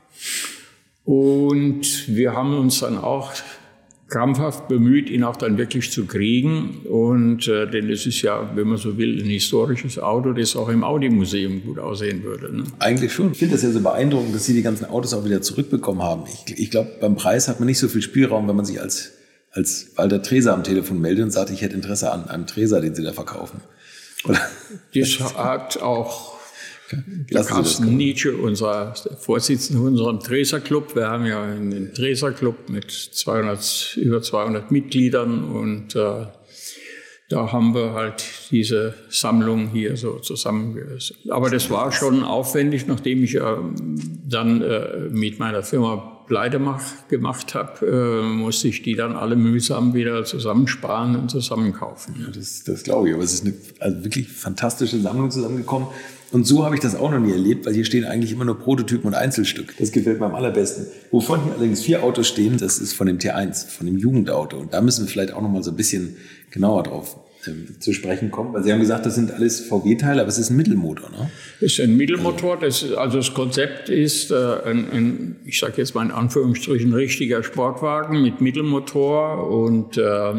Und wir haben uns dann auch krampfhaft bemüht, ihn auch dann wirklich zu kriegen. Und denn es ist ja, wenn man so will, ein historisches Auto, das auch im Audi-Museum gut aussehen würde. Ne? Eigentlich schon. Ich finde das ja so beeindruckend, dass Sie die ganzen Autos auch wieder zurückbekommen haben. Ich glaube, beim Preis hat man nicht so viel Spielraum, wenn man sich als Walter Tresa am Telefon meldet und sagt, ich hätte Interesse an einem Tresa, den Sie da verkaufen. Oder? Das hat auch Der Carsten Nietzsche, unser Vorsitzender unserem Treser-Club. Wir haben ja einen Treser-Club mit über 200 Mitgliedern und da haben wir halt diese Sammlung hier so zusammengesetzt. Aber das war schon aufwendig, nachdem ich dann mit meiner Firma Pleite gemacht habe, musste ich die dann alle mühsam wieder zusammensparen und zusammenkaufen. Ja, das glaube ich. Aber es ist eine wirklich fantastische Sammlung zusammengekommen. Und so habe ich das auch noch nie erlebt, weil hier stehen eigentlich immer nur Prototypen und Einzelstücke. Das gefällt mir am allerbesten. Wovon hier allerdings 4 Autos stehen, das ist von dem T1, von dem Jugendauto. Und da müssen wir vielleicht auch noch mal so ein bisschen genauer drauf zu sprechen kommen. Weil Sie haben gesagt, das sind alles VW-Teile, aber es ist ein Mittelmotor, ne? Es ist ein Mittelmotor. Das Konzept ist ich sage jetzt mal in Anführungsstrichen, richtiger Sportwagen mit Mittelmotor und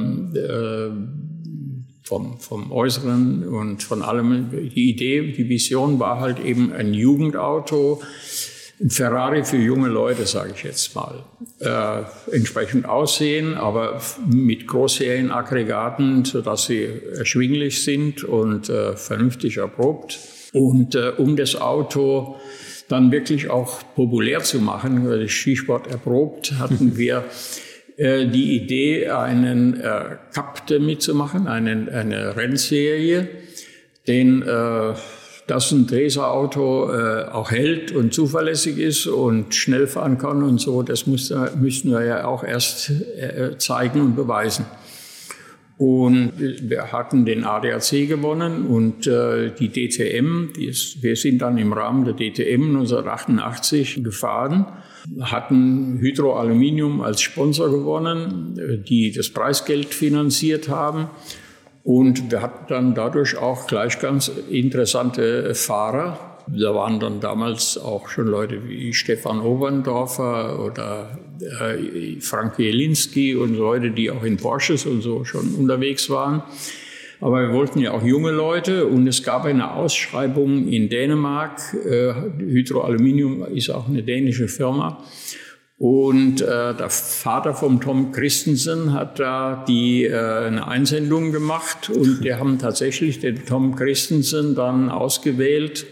vom Äußeren und von allem. Die Idee, die Vision war halt eben ein Jugendauto, ein Ferrari für junge Leute, sage ich jetzt mal. Entsprechend aussehen, aber mit Großserienaggregaten, sodass sie erschwinglich sind und vernünftig erprobt. Und um das Auto dann wirklich auch populär zu machen, weil das Skisport erprobt, hatten wir die Idee, einen Cup mitzumachen, eine Rennserie, denn dass ein Treser-Auto auch hält und zuverlässig ist und schnell fahren kann und so, das müssten wir ja auch erst zeigen und beweisen. Und wir hatten den ADAC gewonnen und die DTM, wir sind dann im Rahmen der DTM 1988 gefahren, hatten Hydro Aluminium als Sponsor gewonnen, die das Preisgeld finanziert haben. Und wir hatten dann dadurch auch gleich ganz interessante Fahrer. Da waren dann damals auch schon Leute wie Stefan Oberndorfer oder Frank Jelinski und Leute, die auch in Porsches und so schon unterwegs waren. Aber wir wollten ja auch junge Leute und es gab eine Ausschreibung in Dänemark. Hydro Aluminium ist auch eine dänische Firma. Und der Vater von Tom Christensen hat da eine Einsendung gemacht und die haben tatsächlich den Tom Christensen dann ausgewählt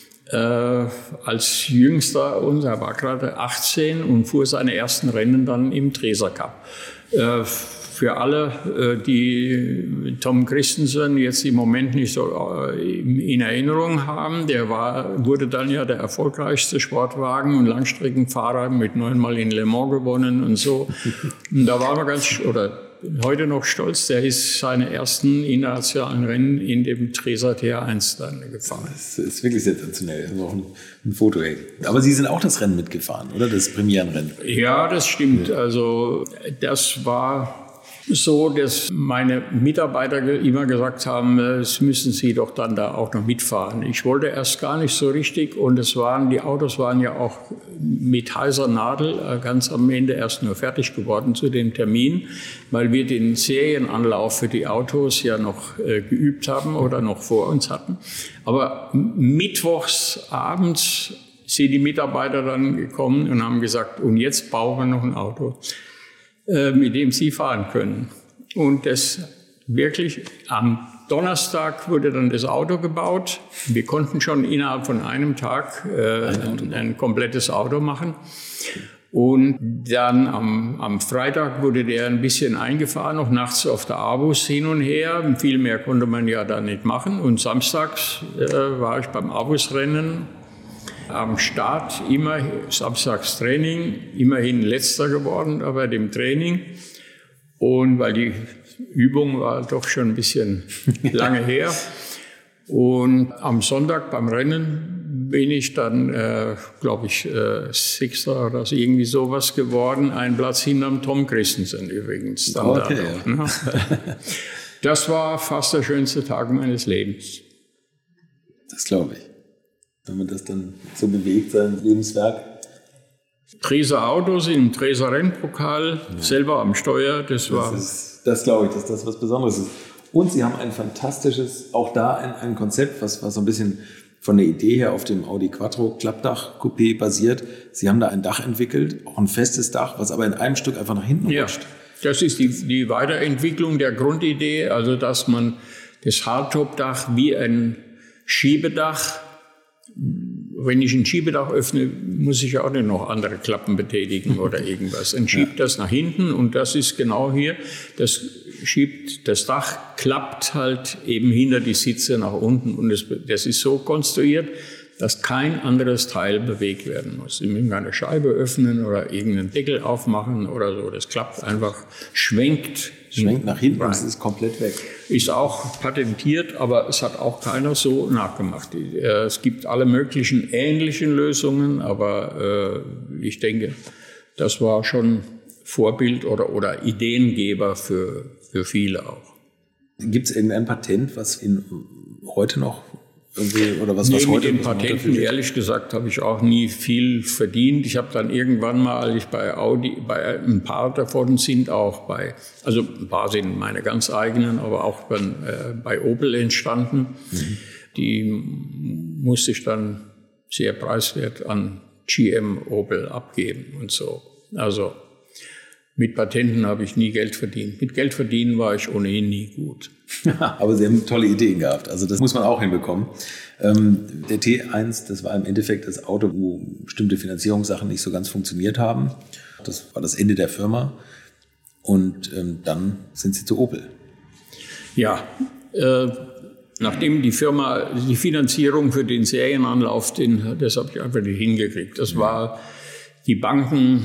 als jüngster. Und er war gerade 18 und fuhr seine ersten Rennen dann im Treser Cup. Für alle, die Tom Christensen jetzt im Moment nicht so in Erinnerung haben, wurde dann ja der erfolgreichste Sportwagen- und Langstreckenfahrer mit 9-mal in Le Mans gewonnen und so. Und da waren wir heute noch stolz, der ist seine ersten internationalen Rennen in dem Treser TR1 dann gefahren. Das ist wirklich sensationell, also auch ein Foto. Aber Sie sind auch das Rennen mitgefahren, oder? Das Premierenrennen? Ja, das stimmt. Ja. Also das war so, dass meine Mitarbeiter immer gesagt haben, das müssen Sie doch dann da auch noch mitfahren. Ich wollte erst gar nicht so richtig und die Autos waren ja auch mit heißer Nadel ganz am Ende erst nur fertig geworden zu dem Termin, weil wir den Serienanlauf für die Autos ja noch geübt haben oder noch vor uns hatten. Aber mittwochs abends sind die Mitarbeiter dann gekommen und haben gesagt, und jetzt brauchen wir noch ein Auto, mit dem Sie fahren können. Und das wirklich am Donnerstag wurde dann das Auto gebaut. Wir konnten schon innerhalb von einem Tag ein komplettes Auto machen. Und dann am Freitag wurde der ein bisschen eingefahren, noch nachts auf der Abus hin und her. Viel mehr konnte man ja da nicht machen. Und samstags war ich beim Abusrennen. Am Start samstags Training, immerhin Letzter geworden bei dem Training. Und weil die Übung war doch schon ein bisschen lange her. Und am Sonntag beim Rennen bin ich dann, glaube ich, Sechster oder so, irgendwie sowas geworden. Ein Platz hinterm Tom Christensen übrigens. Dann okay, da noch, ne? Das war fast der schönste Tag meines Lebens. Das glaube ich. Wenn man das dann so bewegt, sein Lebenswerk. Treser Autos im Treser Rennpokal, selber am Steuer, das glaube ich, dass das was Besonderes ist. Und Sie haben ein fantastisches, auch da ein Konzept, was so ein bisschen von der Idee her auf dem Audi Quattro Klappdach-Coupé basiert. Sie haben da ein Dach entwickelt, auch ein festes Dach, was aber in einem Stück einfach nach hinten rutscht. Das ist die Weiterentwicklung der Grundidee, also dass man das Hardtop-Dach wie ein Schiebedach wenn ich ein Schiebedach öffne, muss ich ja auch nicht noch andere Klappen betätigen oder irgendwas. Dann schiebt das nach hinten und das ist genau hier, das Dach klappt halt eben hinter die Sitze nach unten und das ist so konstruiert, dass kein anderes Teil bewegt werden muss. Sie müssen keine Scheibe öffnen oder irgendeinen Deckel aufmachen oder so. Das klappt einfach, schwenkt nach hinten, das ist komplett weg. Ist auch patentiert, aber es hat auch keiner so nachgemacht. Es gibt alle möglichen ähnlichen Lösungen, aber ich denke, das war schon Vorbild oder Ideengeber für viele auch. Gibt es irgendein Patent, was heute noch oder was nee, heute mit den Patenten, ehrlich gesagt, habe ich auch nie viel verdient. Ich habe dann irgendwann mal, als ich bei Audi, ein paar davon sind auch also ein paar sind meine ganz eigenen, aber auch bei Opel entstanden. Mhm. Die musste ich dann sehr preiswert an GM Opel abgeben und so. Also mit Patenten habe ich nie Geld verdient. Mit Geld verdienen war ich ohnehin nie gut. Aber Sie haben tolle Ideen gehabt. Also das muss man auch hinbekommen. Der T1, das war im Endeffekt das Auto, wo bestimmte Finanzierungssachen nicht so ganz funktioniert haben. Das war das Ende der Firma. Und dann sind Sie zu Opel. Ja, nachdem die Firma die Finanzierung für den Serienanlauf, das habe ich einfach nicht hingekriegt. Das war die Banken.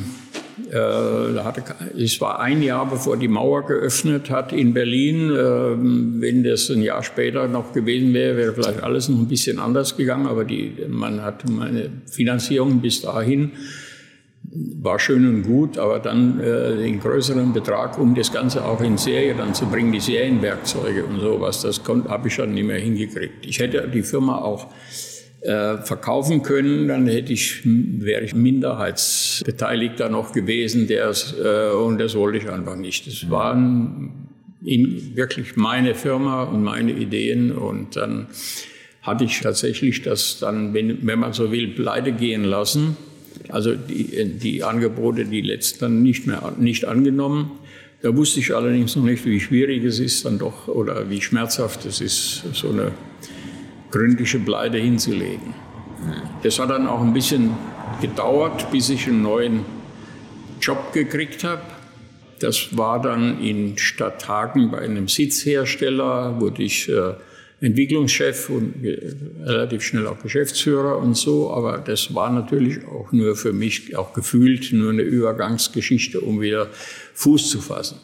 Es war ein Jahr, bevor die Mauer geöffnet hat in Berlin. Wenn das ein Jahr später noch gewesen wäre, wäre vielleicht alles noch ein bisschen anders gegangen. Aber man hatte meine Finanzierung bis dahin, war schön und gut, aber dann den größeren Betrag, um das Ganze auch in Serie dann zu bringen, die Serienwerkzeuge und sowas, das habe ich dann nicht mehr hingekriegt. Ich hätte die Firma auch verkaufen können, dann wäre ich Minderheitsbeteiligter noch gewesen, und das wollte ich einfach nicht. Das waren wirklich meine Firma und meine Ideen und dann hatte ich tatsächlich das dann, wenn man so will, pleite gehen lassen. Also die Angebote, die letzten dann nicht angenommen. Da wusste ich allerdings noch nicht, wie schwierig es ist dann doch oder wie schmerzhaft es ist, so eine gründliche Pleite hinzulegen. Das hat dann auch ein bisschen gedauert, bis ich einen neuen Job gekriegt habe. Das war dann in Stadthagen bei einem Sitzhersteller, wurde ich Entwicklungschef und relativ schnell auch Geschäftsführer und so. Aber das war natürlich auch nur für mich, auch gefühlt, nur eine Übergangsgeschichte, um wieder Fuß zu fassen.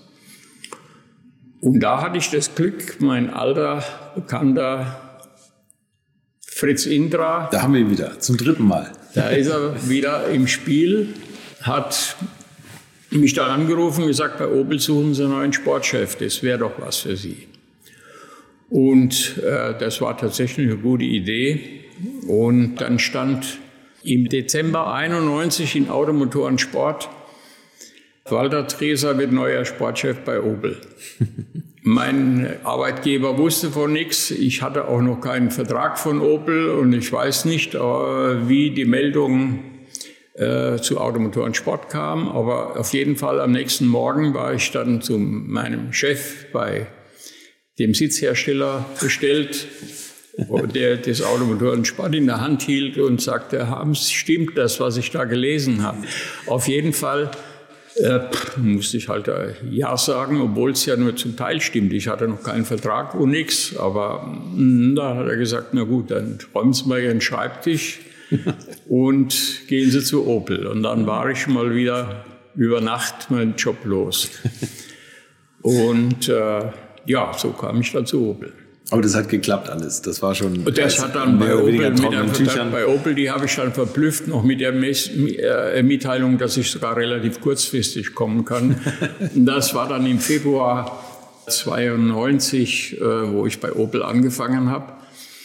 Und da hatte ich das Glück, mein alter Bekannter Fritz Indra. Da haben wir ihn wieder, zum 3. Mal. Da ist er wieder im Spiel, hat mich dann angerufen und gesagt, bei Opel suchen Sie einen neuen Sportchef, das wäre doch was für Sie. Und das war tatsächlich eine gute Idee. Und dann stand im Dezember 91 in Automotor und Sport, Walter Treser wird neuer Sportchef bei Opel. Mein Arbeitgeber wusste von nichts. Ich hatte auch noch keinen Vertrag von Opel und ich weiß nicht, wie die Meldung zu Automotor und Sport kam. Aber auf jeden Fall am nächsten Morgen war ich dann zu meinem Chef bei dem Sitzhersteller bestellt, der das Automotor und Sport in der Hand hielt und sagte, stimmt das, was ich da gelesen habe? Auf jeden Fall musste ich halt ja sagen, obwohl es ja nur zum Teil stimmt. Ich hatte noch keinen Vertrag und nichts, aber da hat er gesagt, na gut, dann räumen Sie mal Ihren Schreibtisch und gehen Sie zu Opel. Und dann war ich mal wieder über Nacht meinen Job los. Und ja, so kam ich dann zu Opel. Aber das hat geklappt alles. Das war schon. Und das hat dann bei Opel, die habe ich dann verblüfft noch mit der Mitteilung, dass ich sogar relativ kurzfristig kommen kann. Das war dann im Februar 92, wo ich bei Opel angefangen habe.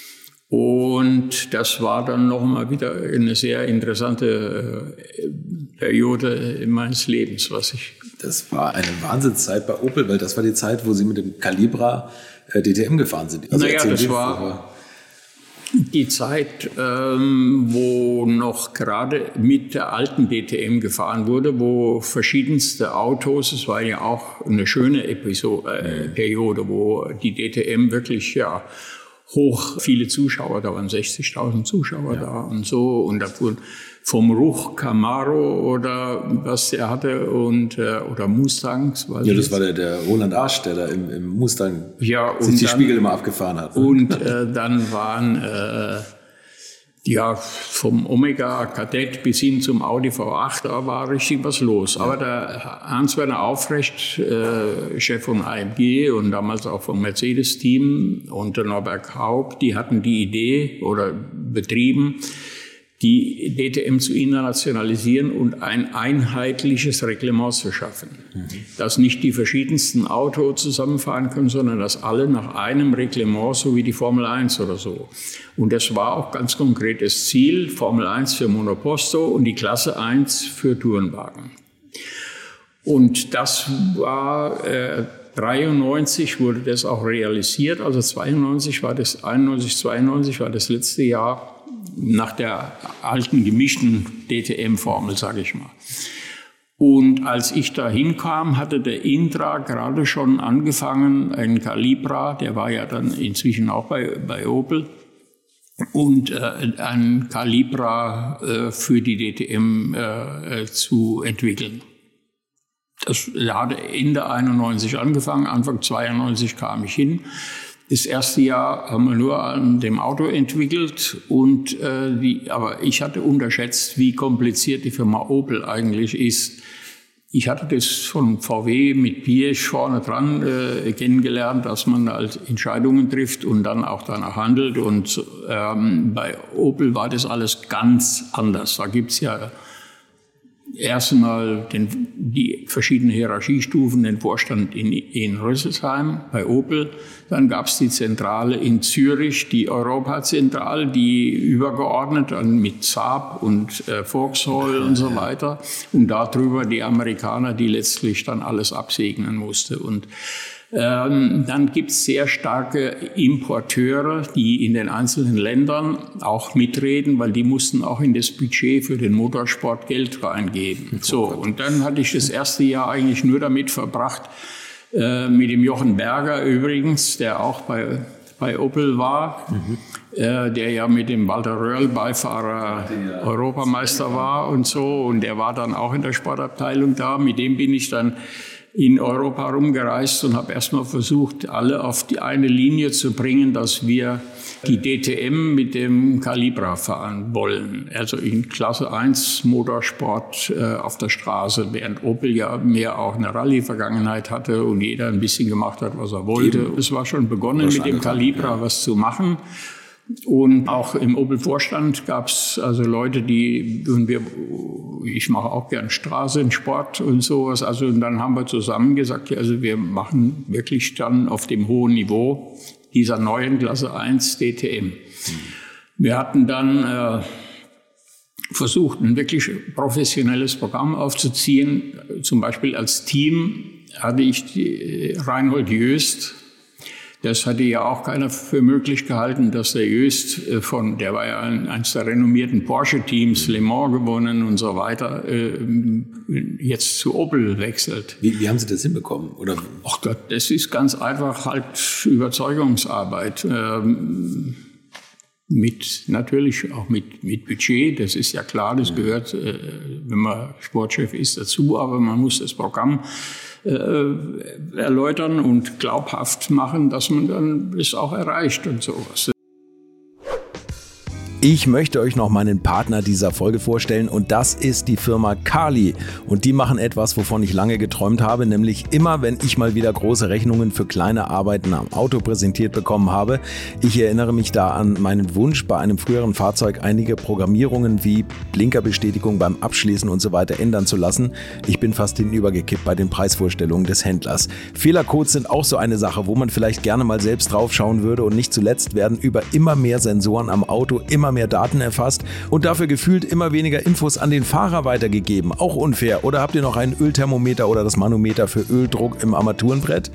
Und das war dann nochmal wieder eine sehr interessante Periode meines Lebens, Das war eine Wahnsinnszeit bei Opel, weil das war die Zeit, wo Sie mit dem Calibra DTM gefahren sind. Also naja, das war die Zeit, wo noch gerade mit der alten DTM gefahren wurde, wo verschiedenste Autos, es war ja auch eine schöne Periode, wo die DTM wirklich hoch viele Zuschauer, da waren 60.000 Zuschauer da und so. Und da wurden vom Ruch Camaro oder was er hatte und oder Mustangs. Ja, das war der Roland Arsch, der da im Mustang sich die Spiegel immer abgefahren hat. Und dann waren vom Omega Kadett bis hin zum Audi V8, da war richtig was los. Ja. Aber der Hans-Werner Aufrecht, Chef von AMG und damals auch vom Mercedes-Team und der Norbert Haug, die hatten die Idee oder betrieben, die DTM zu internationalisieren und ein einheitliches Reglement zu schaffen. Dass nicht die verschiedensten Autos zusammenfahren können, sondern dass alle nach einem Reglement, so wie die Formel 1 oder so. Und das war auch ganz konkretes Ziel, Formel 1 für Monoposto und die Klasse 1 für Tourenwagen. Und das war 93 wurde das auch realisiert, also 92 war das, 91, 92 war das letzte Jahr nach der alten gemischten DTM-Formel, sage ich mal. Und als ich da hinkam, hatte der Indra gerade schon angefangen, ein Calibra, der war ja dann inzwischen auch bei Opel, und ein Calibra für die DTM zu entwickeln. Das hatte Ende 91 angefangen, Anfang 92 kam ich hin. Das erste Jahr haben wir nur an dem Auto entwickelt aber ich hatte unterschätzt, wie kompliziert die Firma Opel eigentlich ist. Ich hatte das von VW mit Piëch vorne dran kennengelernt, dass man halt Entscheidungen trifft und dann auch danach handelt. Und bei Opel war das alles ganz anders. Da gibt's ja erstmal die verschiedenen Hierarchiestufen, den Vorstand in Rüsselsheim bei Opel. Dann gab es die Zentrale in Zürich, die Europazentrale, die übergeordnet dann mit Saab und Vauxhall und so weiter. Und darüber die Amerikaner, die letztlich dann alles absegnen musste. Und dann gibt es sehr starke Importeure, die in den einzelnen Ländern auch mitreden, weil die mussten auch in das Budget für den Motorsport Geld reingeben. So, und dann hatte ich das erste Jahr eigentlich nur damit verbracht, mit dem Jochen Berger übrigens, der auch bei Opel war, der ja mit dem Walter Röhrl Beifahrer Europameister war und so. Und der war dann auch in der Sportabteilung da. Mit dem bin ich dann in Europa rumgereist und habe erstmal versucht, alle auf die eine Linie zu bringen, dass wir die DTM mit dem Calibra fahren wollen. Also in Klasse 1 Motorsport auf der Straße, während Opel ja mehr auch eine Rallye-Vergangenheit hatte und jeder ein bisschen gemacht hat, was er wollte. Eben. Es war schon begonnen, mit dem Calibra was zu machen. Und auch im Opel-Vorstand gab es also Leute, ich mache auch gern Straßensport und sowas. Also und dann haben wir zusammen gesagt, also wir machen wirklich dann auf dem hohen Niveau dieser neuen Klasse 1 DTM. Wir hatten dann versucht, ein wirklich professionelles Programm aufzuziehen. Zum Beispiel als Team hatte ich Reinhold Jöst. Das hatte ja auch keiner für möglich gehalten, dass der Jöst der war ja eines der renommierten Porsche-Teams, Le Mans gewonnen und so weiter, jetzt zu Opel wechselt. Wie haben Sie das hinbekommen? Oder? Ach Gott, das ist ganz einfach halt Überzeugungsarbeit. Natürlich auch mit Budget, das ist ja klar, das gehört, wenn man Sportchef ist, dazu, aber man muss das Programm erläutern und glaubhaft machen, dass man dann es auch erreicht und sowas. Ich möchte euch noch meinen Partner dieser Folge vorstellen und das ist die Firma Carli. Und die machen etwas, wovon ich lange geträumt habe, nämlich immer, wenn ich mal wieder große Rechnungen für kleine Arbeiten am Auto präsentiert bekommen habe. Ich erinnere mich da an meinen Wunsch, bei einem früheren Fahrzeug einige Programmierungen wie Blinkerbestätigung beim Abschließen und so weiter ändern zu lassen. Ich bin fast hinübergekippt bei den Preisvorstellungen des Händlers. Fehlercodes sind auch so eine Sache, wo man vielleicht gerne mal selbst draufschauen würde und nicht zuletzt werden über immer mehr Sensoren am Auto immer mehr Daten erfasst und dafür gefühlt immer weniger Infos an den Fahrer weitergegeben. Auch unfair. Oder habt ihr noch ein Ölthermometer oder das Manometer für Öldruck im Armaturenbrett?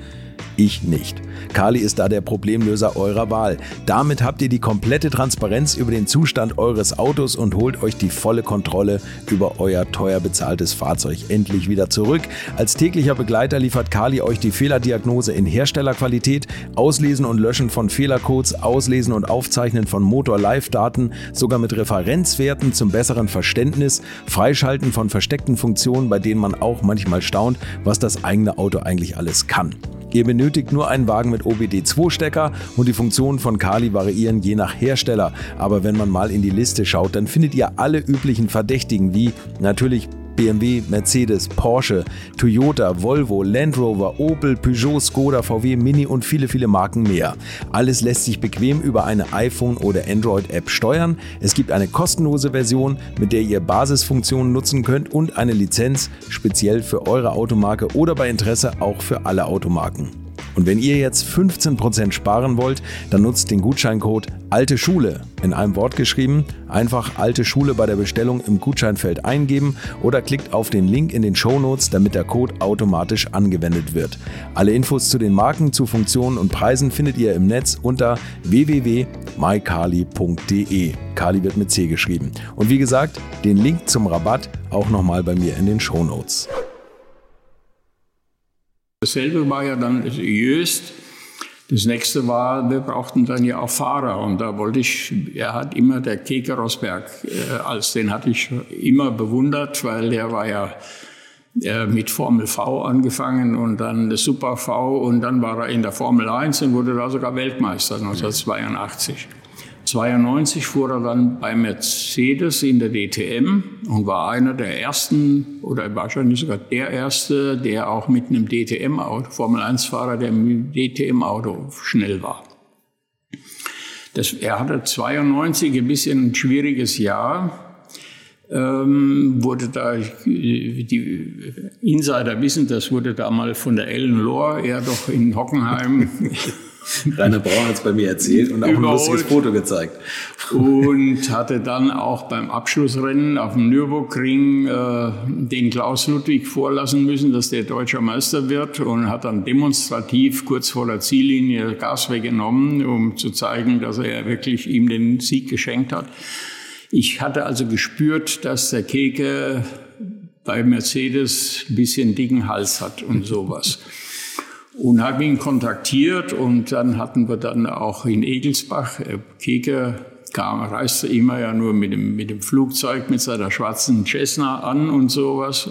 Ich nicht. Carli ist da der Problemlöser eurer Wahl. Damit habt ihr die komplette Transparenz über den Zustand eures Autos und holt euch die volle Kontrolle über euer teuer bezahltes Fahrzeug endlich wieder zurück. Als täglicher Begleiter liefert Carli euch die Fehlerdiagnose in Herstellerqualität, Auslesen und Löschen von Fehlercodes, Auslesen und Aufzeichnen von Motor-Live-Daten, sogar mit Referenzwerten zum besseren Verständnis, Freischalten von versteckten Funktionen, bei denen man auch manchmal staunt, was das eigene Auto eigentlich alles kann. Ihr benötigt nur einen Wagen mit OBD2-Stecker und die Funktionen von Carli variieren je nach Hersteller. Aber wenn man mal in die Liste schaut, dann findet ihr alle üblichen Verdächtigen wie natürlich BMW, Mercedes, Porsche, Toyota, Volvo, Land Rover, Opel, Peugeot, Skoda, VW, Mini und viele, viele Marken mehr. Alles lässt sich bequem über eine iPhone- oder Android-App steuern. Es gibt eine kostenlose Version, mit der ihr Basisfunktionen nutzen könnt und eine Lizenz speziell für eure Automarke oder bei Interesse auch für alle Automarken. Und wenn ihr jetzt 15% sparen wollt, dann nutzt den Gutscheincode Alte Schule, in einem Wort geschrieben, einfach Alte Schule bei der Bestellung im Gutscheinfeld eingeben oder klickt auf den Link in den Shownotes, damit der Code automatisch angewendet wird. Alle Infos zu den Marken, zu Funktionen und Preisen findet ihr im Netz unter www.mycarli.de. Carli wird mit C geschrieben. Und wie gesagt, den Link zum Rabatt auch nochmal bei mir in den Shownotes. Dasselbe war ja dann Jöst. Das nächste war, wir brauchten dann ja auch Fahrer. Und da er hat immer der Keke Rosberg, den hatte ich immer bewundert, weil der war ja mit Formel V angefangen und dann das Super V und dann war er in der Formel 1 und wurde da sogar Weltmeister 1982. 1992 fuhr er dann bei Mercedes in der DTM und war einer der ersten oder wahrscheinlich sogar der erste, der auch mit einem DTM-Auto, Formel-1-Fahrer, der mit einem DTM-Auto schnell war. Er hatte 92 ein bisschen ein schwieriges Jahr. Wurde da, die Insider wissen, das wurde da mal von der Ellen Lohr, er doch in Hockenheim Rainer Braun hat es bei mir erzählt und auch ein lustiges Foto gezeigt. Und hatte dann auch beim Abschlussrennen auf dem Nürburgring den Klaus Ludwig vorlassen müssen, dass der deutscher Meister wird und hat dann demonstrativ kurz vor der Ziellinie Gas weggenommen, um zu zeigen, dass er wirklich ihm den Sieg geschenkt hat. Ich hatte also gespürt, dass der Keke bei Mercedes ein bisschen dicken Hals hat und sowas. Und habe ihn kontaktiert und dann hatten wir dann auch in Egelsbach, Keke reiste immer ja nur mit dem Flugzeug mit seiner schwarzen Cessna an und sowas.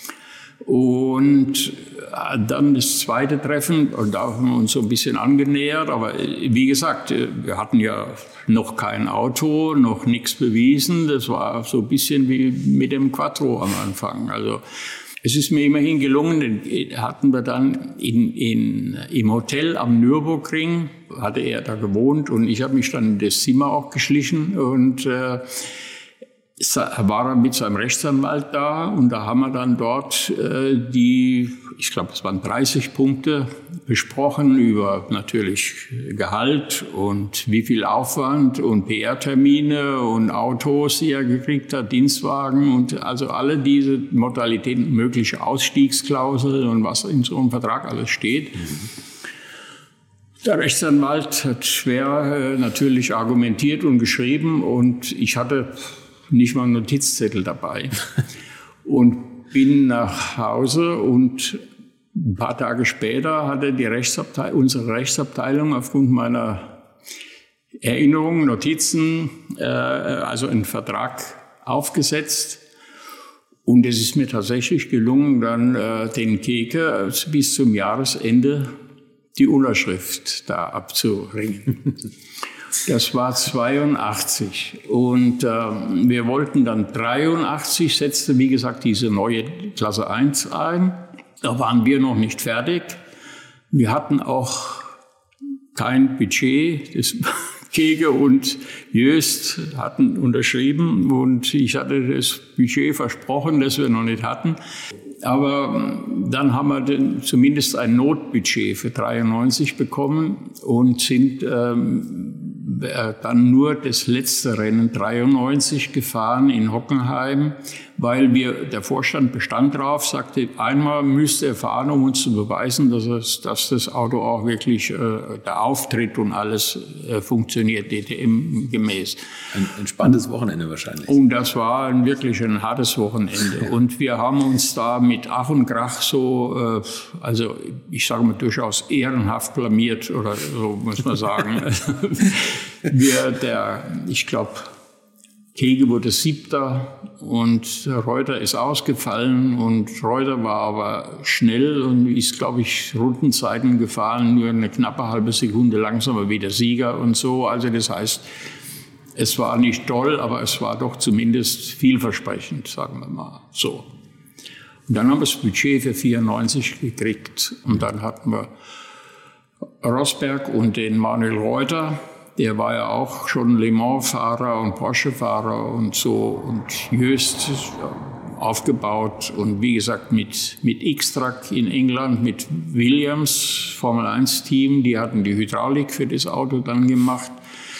Und dann das zweite Treffen, und da haben wir uns so ein bisschen angenähert, aber wie gesagt, wir hatten ja noch kein Auto, noch nichts bewiesen, das war so ein bisschen wie mit dem Quattro am Anfang, also es ist mir immerhin gelungen, hatten wir dann im Hotel am Nürburgring, hatte er da gewohnt und ich habe mich dann in das Zimmer auch geschlichen und war er mit seinem Rechtsanwalt da und da haben wir dann dort ich glaube, es waren 30 Punkte besprochen über natürlich Gehalt und wie viel Aufwand und PR-Termine und Autos, die er gekriegt hat, Dienstwagen und also alle diese Modalitäten, mögliche Ausstiegsklausel und was in so einem Vertrag alles steht. Der Rechtsanwalt hat schwer natürlich argumentiert und geschrieben und ich hatte nicht mal einen Notizzettel dabei und bin nach Hause und ein paar Tage später hatte unsere Rechtsabteilung aufgrund meiner Erinnerungen, Notizen, also einen Vertrag aufgesetzt. Und es ist mir tatsächlich gelungen, dann den Keke bis zum Jahresende die Unterschrift da abzuringen. Das war 82 und wir wollten dann 83, setzte wie gesagt diese neue Klasse 1 ein. Da waren wir noch nicht fertig. Wir hatten auch kein Budget. Das Keke und Jöst hatten unterschrieben und ich hatte das Budget versprochen, das wir noch nicht hatten. Aber dann haben wir zumindest ein Notbudget für 93 bekommen und sind dann nur das letzte Rennen 93 gefahren in Hockenheim, weil der Vorstand bestand drauf, sagte, einmal müsste er fahren, um uns zu beweisen, dass das Auto auch wirklich der Auftritt und alles funktioniert, DTM-gemäß. Ein spannendes Wochenende wahrscheinlich. Und das war wirklich ein hartes Wochenende. Und wir haben uns da mit Ach und Krach so, also ich sage mal durchaus ehrenhaft blamiert oder so muss man sagen. Ich glaube, Kege wurde 7. und Reuter ist ausgefallen und Reuter war aber schnell und ist, glaube ich, Rundenzeiten gefahren, nur eine knappe halbe Sekunde langsamer wie der Sieger und so. Also das heißt, es war nicht toll, aber es war doch zumindest vielversprechend, sagen wir mal so. Und dann haben wir das Budget für 94 gekriegt und dann hatten wir Rosberg und den Manuel Reuter. Der war ja auch schon Le Mans-Fahrer und Porsche-Fahrer und so. Und Joest aufgebaut und wie gesagt mit X-Track in England, mit Williams, Formel-1-Team. Die hatten die Hydraulik für das Auto dann gemacht.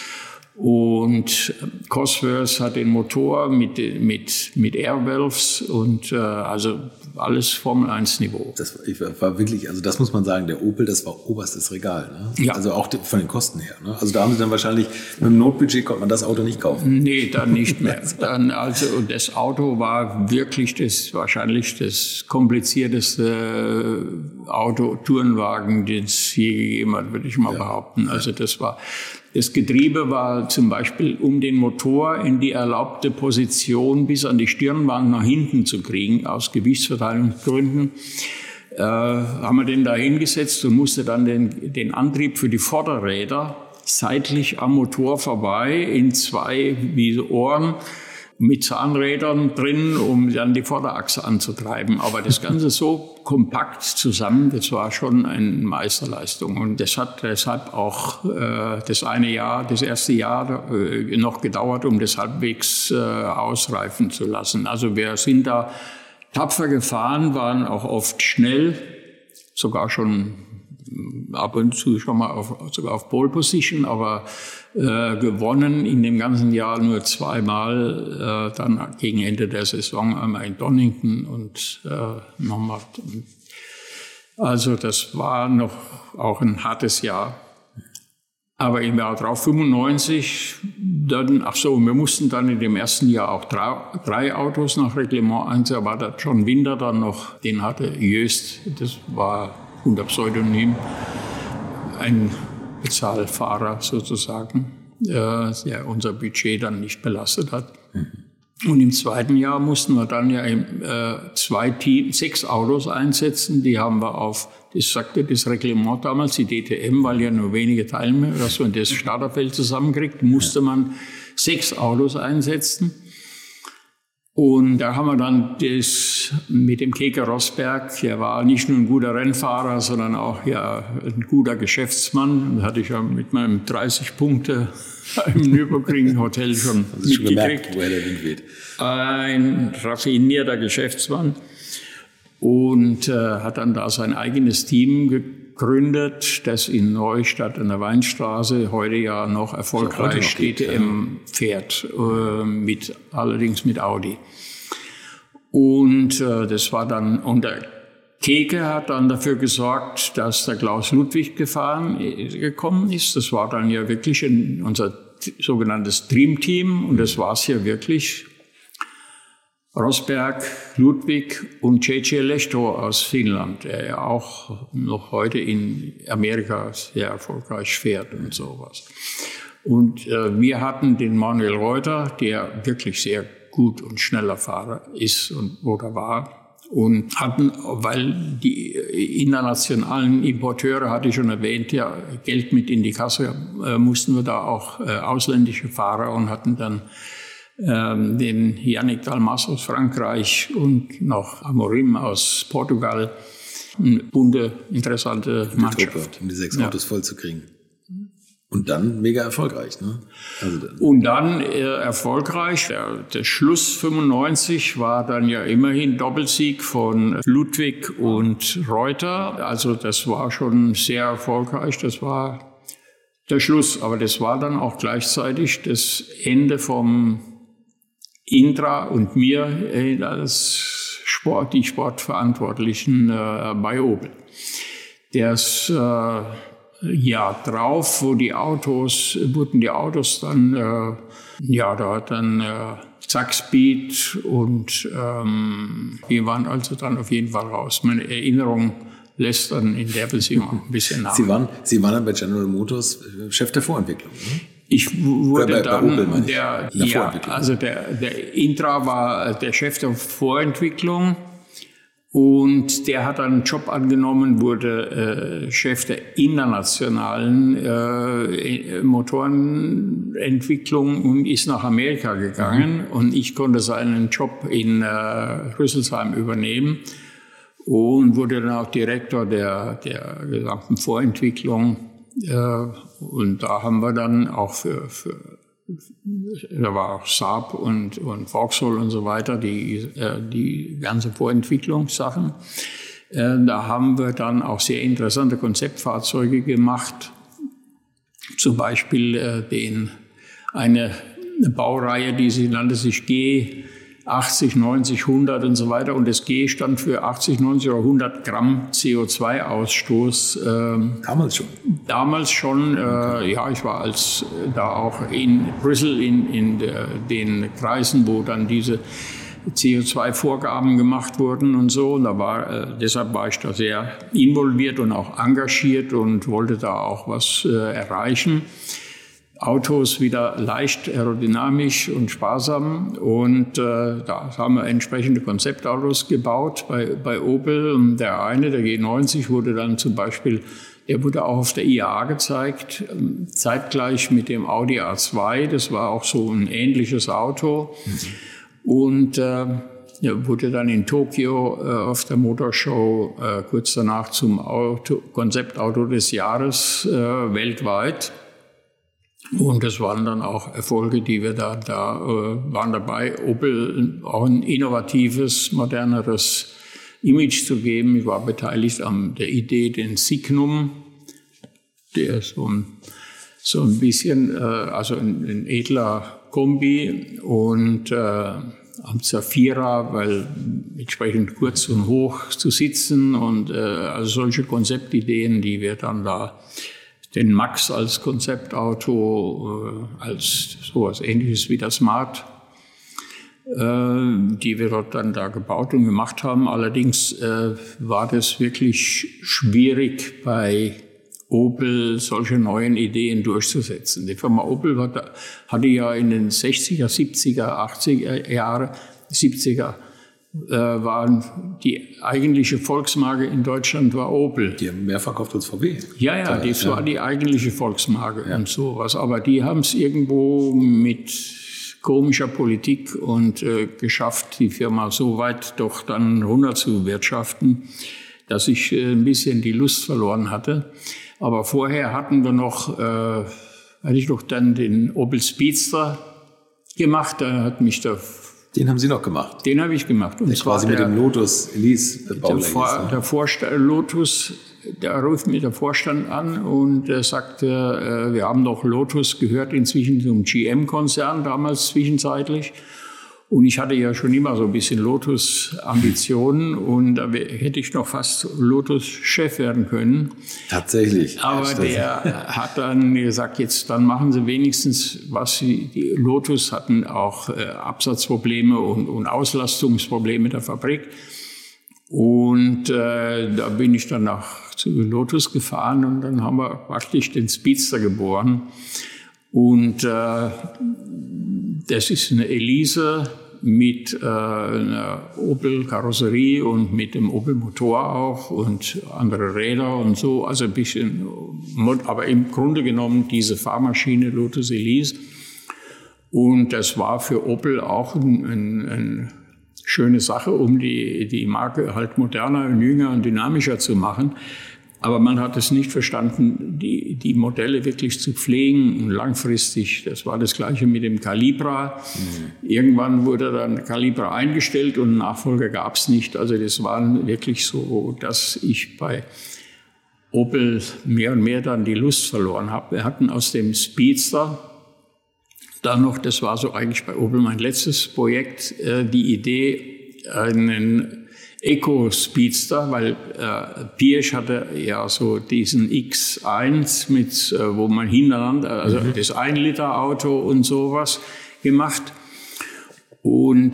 Und Cosworth hat den Motor mit Airvalves und also alles Formel-1-Niveau. Das war wirklich, also das muss man sagen, der Opel, das war oberstes Regal. Ne? Ja. Also auch von den Kosten her. Ne? Also da haben sie dann wahrscheinlich, mit dem Notbudget konnte man das Auto nicht kaufen. Nee, dann nicht mehr. Also das Auto war wirklich wahrscheinlich das komplizierteste Auto-Tourenwagen, den es je gegeben hat, würde ich mal behaupten. Also das Getriebe war zum Beispiel, um den Motor in die erlaubte Position bis an die Stirnwand nach hinten zu kriegen, aus Gewichtsverteilungsgründen, haben wir den da hingesetzt und musste dann den Antrieb für die Vorderräder seitlich am Motor vorbei in 2 wie so Ohren mit Zahnrädern drin, um dann die Vorderachse anzutreiben. Aber das Ganze so kompakt zusammen, das war schon eine Meisterleistung. Und das hat deshalb auch das erste Jahr noch gedauert, um das halbwegs ausreifen zu lassen. Also wir sind da tapfer gefahren, waren auch oft schnell, sogar schon ab und zu schon mal sogar auf Pole Position, aber gewonnen in dem ganzen Jahr nur 2-mal, dann gegen Ende der Saison einmal in Donington und nochmal. Also das war noch auch ein hartes Jahr. Aber im Jahr drauf, 95, wir mussten dann in dem ersten Jahr auch 3 Autos nach Reglement einsetzen, aber da John Winter dann noch, den hatte Joest, das war unter Pseudonym ein Bezahlfahrer sozusagen, der unser Budget dann nicht belastet hat. Und im zweiten Jahr mussten wir dann ja 6 Autos einsetzen. Die haben wir das sagte das Reglement damals, die DTM, weil ja nur wenige Teilnehmer, dass man das Starterfeld zusammenkriegt, musste man 6 Autos einsetzen. Und da haben wir dann das mit dem Keke Rosberg, der war nicht nur ein guter Rennfahrer, sondern auch ein guter Geschäftsmann. Da hatte ich ja mit meinem 30 Punkte im Nürburgring-Hotel schon mitgekriegt. Woher der Wind weht. Ein raffinierter Geschäftsmann und hat dann da sein eigenes Team gegründet, das in Neustadt an der Weinstraße heute ja noch erfolgreich DTM fährt, allerdings mit Audi. Und das war dann, und der Keke hat dann dafür gesorgt, dass der Klaus Ludwig gekommen ist. Das war dann ja wirklich unser sogenanntes Dreamteam und das war es ja wirklich. Rosberg, Ludwig und J.J. Lehto aus Finnland, der ja auch noch heute in Amerika sehr erfolgreich fährt und sowas. Und wir hatten den Manuel Reuter, der wirklich sehr gut und schneller Fahrer ist oder war. Und hatten, weil die internationalen Importeure, hatte ich schon erwähnt, ja Geld mit in die Kasse, mussten wir da auch ausländische Fahrer und hatten dann den Yannick Dalmas aus Frankreich und noch Amorim aus Portugal. Eine bunte, interessante Mannschaft. Um die 6 Autos voll zu kriegen. Und dann mega erfolgreich, ne? Und dann erfolgreich. Der Schluss 95 war dann ja immerhin Doppelsieg von Ludwig und Reuter. Also das war schon sehr erfolgreich. Das war der Schluss. Aber das war dann auch gleichzeitig das Ende vom Indra und mir als die Sportverantwortlichen bei Opel. Das Jahr drauf, wurden die Autos dann, da hat dann Zack Speed und wir waren also dann auf jeden Fall raus. Meine Erinnerung lässt dann in der Beziehung ein bisschen nach. Sie waren dann bei General Motors Chef der Vorentwicklung, ne? Ich wurde dann Opel, der Indra war der Chef der Vorentwicklung und der hat einen Job angenommen, wurde Chef der internationalen Motorenentwicklung und ist nach Amerika gegangen und ich konnte seinen Job in Rüsselsheim übernehmen und wurde dann auch Direktor der gesamten Vorentwicklung. Und da haben wir dann auch da war auch Saab und Vauxhall und so weiter, die ganze Vorentwicklungssachen. Da haben wir dann auch sehr interessante Konzeptfahrzeuge gemacht. Zum Beispiel eine Baureihe, die nannte sich G 80, 90, 100 und so weiter. Und das G stand für 80, 90 oder 100 Gramm CO2-Ausstoß. Damals schon? Damals schon. Ja, ich war da auch in Brüssel in den Kreisen, wo dann diese CO2-Vorgaben gemacht wurden und so. Und deshalb war ich da sehr involviert und auch engagiert und wollte da auch was erreichen. Autos wieder leicht aerodynamisch und sparsam und da haben wir entsprechende Konzeptautos gebaut bei Opel. Und der G90, wurde dann zum Beispiel, der wurde auch auf der IAA gezeigt, zeitgleich mit dem Audi A2. Das war auch so ein ähnliches Auto. Und wurde dann in Tokio auf der Motorshow kurz danach zum Konzeptauto des Jahres weltweit. Und das waren dann auch Erfolge, die wir da waren dabei, Opel auch ein innovatives, moderneres Image zu geben. Ich war beteiligt an der Idee, den Signum, der so ein bisschen, also ein edler Kombi und am Zafira, weil entsprechend kurz und hoch zu sitzen und also solche Konzeptideen, die wir dann da den Max als Konzeptauto, als sowas Ähnliches wie das Smart, die wir dort dann da gebaut und gemacht haben. Allerdings war das wirklich schwierig bei Opel solche neuen Ideen durchzusetzen. Die Firma Opel hatte ja in den 60er, 70er, 80er Jahre, 70er, waren die eigentliche Volksmarke in Deutschland war Opel. Die haben mehr verkauft als VW. Ja, das war die eigentliche Volksmarke und sowas. Aber die haben es irgendwo mit komischer Politik und geschafft, die Firma so weit doch dann runter zu wirtschaften, dass ich ein bisschen die Lust verloren hatte. Aber vorher hatte ich noch dann den Opel Speedster gemacht. Da hat mich Den haben Sie noch gemacht? Den habe ich gemacht. Und quasi mit dem Lotus Elise Lotus, da rief mir der Vorstand an und sagte, wir haben doch Lotus gehört inzwischen zum GM-Konzern, damals zwischenzeitlich. Und ich hatte ja schon immer so ein bisschen Lotus-Ambitionen und da hätte ich noch fast Lotus-Chef werden können. Tatsächlich. Aber der hat dann gesagt, dann machen Sie wenigstens was. Die Lotus hatten auch Absatzprobleme und Auslastungsprobleme der Fabrik. Und da bin ich dann zu Lotus gefahren und dann haben wir praktisch den Speedster geboren. Und das ist eine Elise mit einer Opel-Karosserie und mit dem Opel-Motor auch und andere Räder und so. Also ein bisschen, aber im Grunde genommen diese Fahrmaschine Lotus Elise. Und das war für Opel auch eine schöne Sache, um die Marke halt moderner und jünger und dynamischer zu machen. Aber man hat es nicht verstanden, die Modelle wirklich zu pflegen und langfristig. Das war das Gleiche mit dem Calibra. Irgendwann wurde dann Calibra eingestellt und einen Nachfolger gab es nicht. Also das war wirklich so, dass ich bei Opel mehr und mehr dann die Lust verloren habe. Wir hatten aus dem Speedster dann noch, das war so eigentlich bei Opel mein letztes Projekt, die Idee, einen Eco-Speedster, weil Piëch hatte ja so diesen X1 mit, wo man hintereinander, also das 1-Liter-Auto und sowas gemacht. Und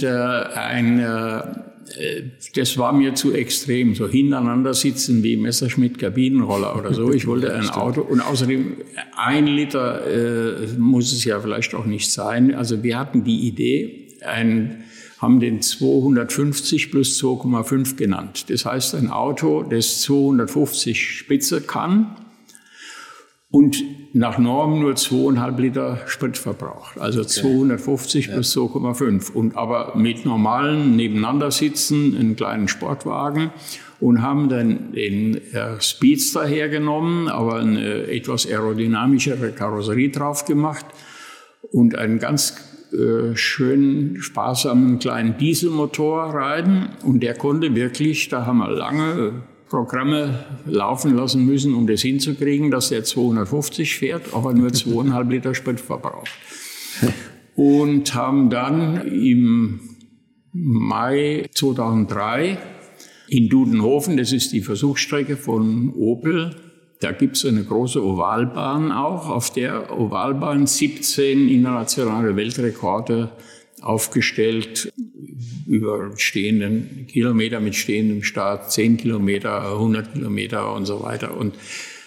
das war mir zu extrem, so hintereinander sitzen wie Messerschmitt-Kabinenroller oder so. Ich wollte ein Auto und außerdem 1 Liter muss es ja vielleicht auch nicht sein. Also wir hatten die Idee, haben den 250 plus 2,5 genannt. Das heißt ein Auto, das 250 Spitze kann und nach Norm nur 2,5 Liter Sprit verbraucht. Also 250 plus 2,5. Und aber mit normalen Nebeneinandersitzen, einen kleinen Sportwagen und haben dann den Speedster hergenommen, aber eine etwas aerodynamischere Karosserie drauf gemacht und einen ganz schönen, sparsamen kleinen Dieselmotor rein. Und der konnte wirklich, da haben wir lange Programme laufen lassen müssen, um das hinzukriegen, dass der 250 fährt, aber nur 2,5 Liter Sprit verbraucht. Und haben dann im Mai 2003 in Dudenhofen, das ist die Versuchsstrecke von Opel, da gibt es eine große Ovalbahn auch, auf der Ovalbahn 17 internationale Weltrekorde aufgestellt, über stehenden Kilometer mit stehendem Start, 10 Kilometer, 100 Kilometer und so weiter. Und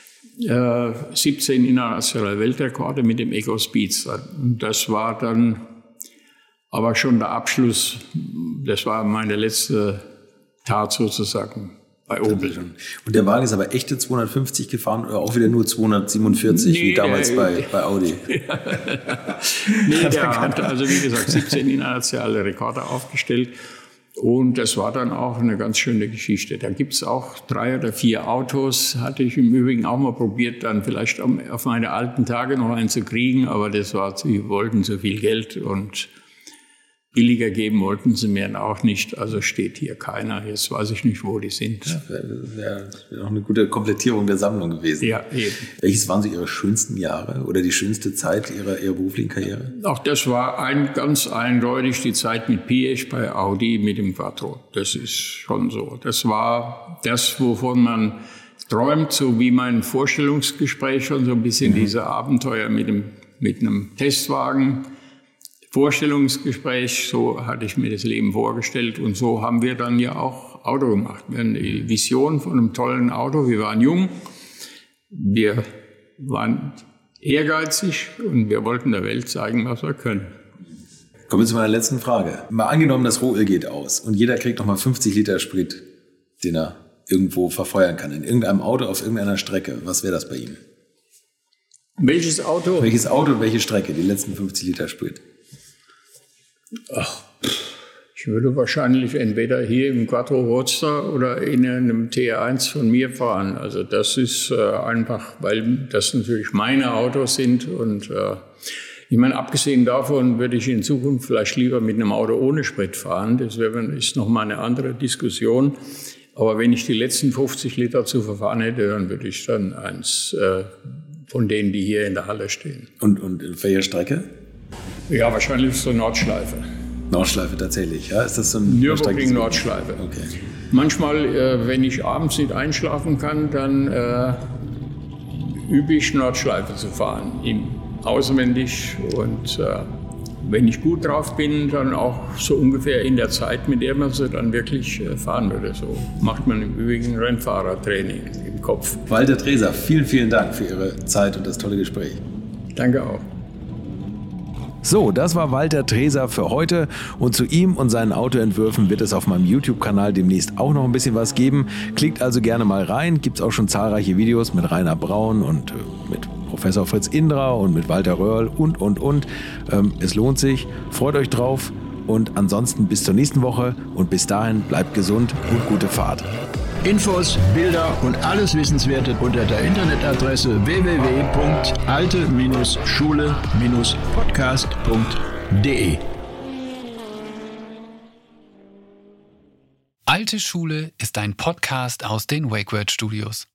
17 internationale Weltrekorde mit dem Eco-Speedster. Das war dann aber schon der Abschluss, das war meine letzte Tat sozusagen bei Opel. Und der Wagen ist aber echte 250 gefahren oder auch wieder nur 247, wie damals bei Audi? Nee, der hat also wie gesagt 17 internationale Rekorde aufgestellt und das war dann auch eine ganz schöne Geschichte. Da gibt es auch 3 oder 4 Autos, hatte ich im Übrigen auch mal probiert, dann vielleicht auf meine alten Tage noch einen zu kriegen, aber das war, sie wollten so viel Geld und billiger geben wollten sie mir auch nicht, also steht hier keiner. Jetzt weiß ich nicht, wo die sind. Ja, wäre auch eine gute Komplettierung der Sammlung gewesen. Ja, eben. Welches waren so Ihre schönsten Jahre oder die schönste Zeit Ihrer beruflichen Karriere? Auch das war ganz eindeutig die Zeit mit Piëch bei Audi mit dem Quattro. Das ist schon so. Das war das, wovon man träumt, so wie mein Vorstellungsgespräch schon so ein bisschen diese Abenteuer mit einem Testwagen. Vorstellungsgespräch, so hatte ich mir das Leben vorgestellt und so haben wir dann ja auch Auto gemacht. Wir hatten die Vision von einem tollen Auto, wir waren jung, wir waren ehrgeizig und wir wollten der Welt zeigen, was wir können. Kommen wir zu meiner letzten Frage. Mal angenommen, das Rohöl geht aus und jeder kriegt nochmal 50 Liter Sprit, den er irgendwo verfeuern kann, in irgendeinem Auto auf irgendeiner Strecke. Was wäre das bei ihm? Welches Auto? Welches Auto und welche Strecke, die letzten 50 Liter Sprit? Ach, ich würde wahrscheinlich entweder hier im Quattro Roadster oder in einem TR1 von mir fahren. Also das ist einfach, weil das natürlich meine Autos sind. Und ich meine, abgesehen davon würde ich in Zukunft vielleicht lieber mit einem Auto ohne Sprit fahren. Das ist nochmal eine andere Diskussion. Aber wenn ich die letzten 50 Liter zu verfahren hätte, dann würde ich dann eins von denen, die hier in der Halle stehen. Und für welche Strecke? Ja, wahrscheinlich zur Nordschleife. Nordschleife tatsächlich, ja? Ist das so ein Nürburgring-Nordschleife. Okay. Manchmal, wenn ich abends nicht einschlafen kann, dann übe ich Nordschleife zu fahren, auswendig. Und wenn ich gut drauf bin, dann auch so ungefähr in der Zeit, mit der man sie dann wirklich fahren würde. So macht man im Übrigen Rennfahrertraining im Kopf. Walter Treser, vielen, vielen Dank für Ihre Zeit und das tolle Gespräch. Danke auch. So, das war Walter Treser für heute und zu ihm und seinen Autoentwürfen wird es auf meinem YouTube-Kanal demnächst auch noch ein bisschen was geben. Klickt also gerne mal rein, gibt es auch schon zahlreiche Videos mit Rainer Braun und mit Professor Fritz Indra und mit Walter Röhrl und. Es lohnt sich, freut euch drauf und ansonsten bis zur nächsten Woche und bis dahin bleibt gesund und gute Fahrt. Infos, Bilder und alles Wissenswerte unter der Internetadresse www.alte-schule-podcast.de. Alte Schule ist ein Podcast aus den WakeWord Studios.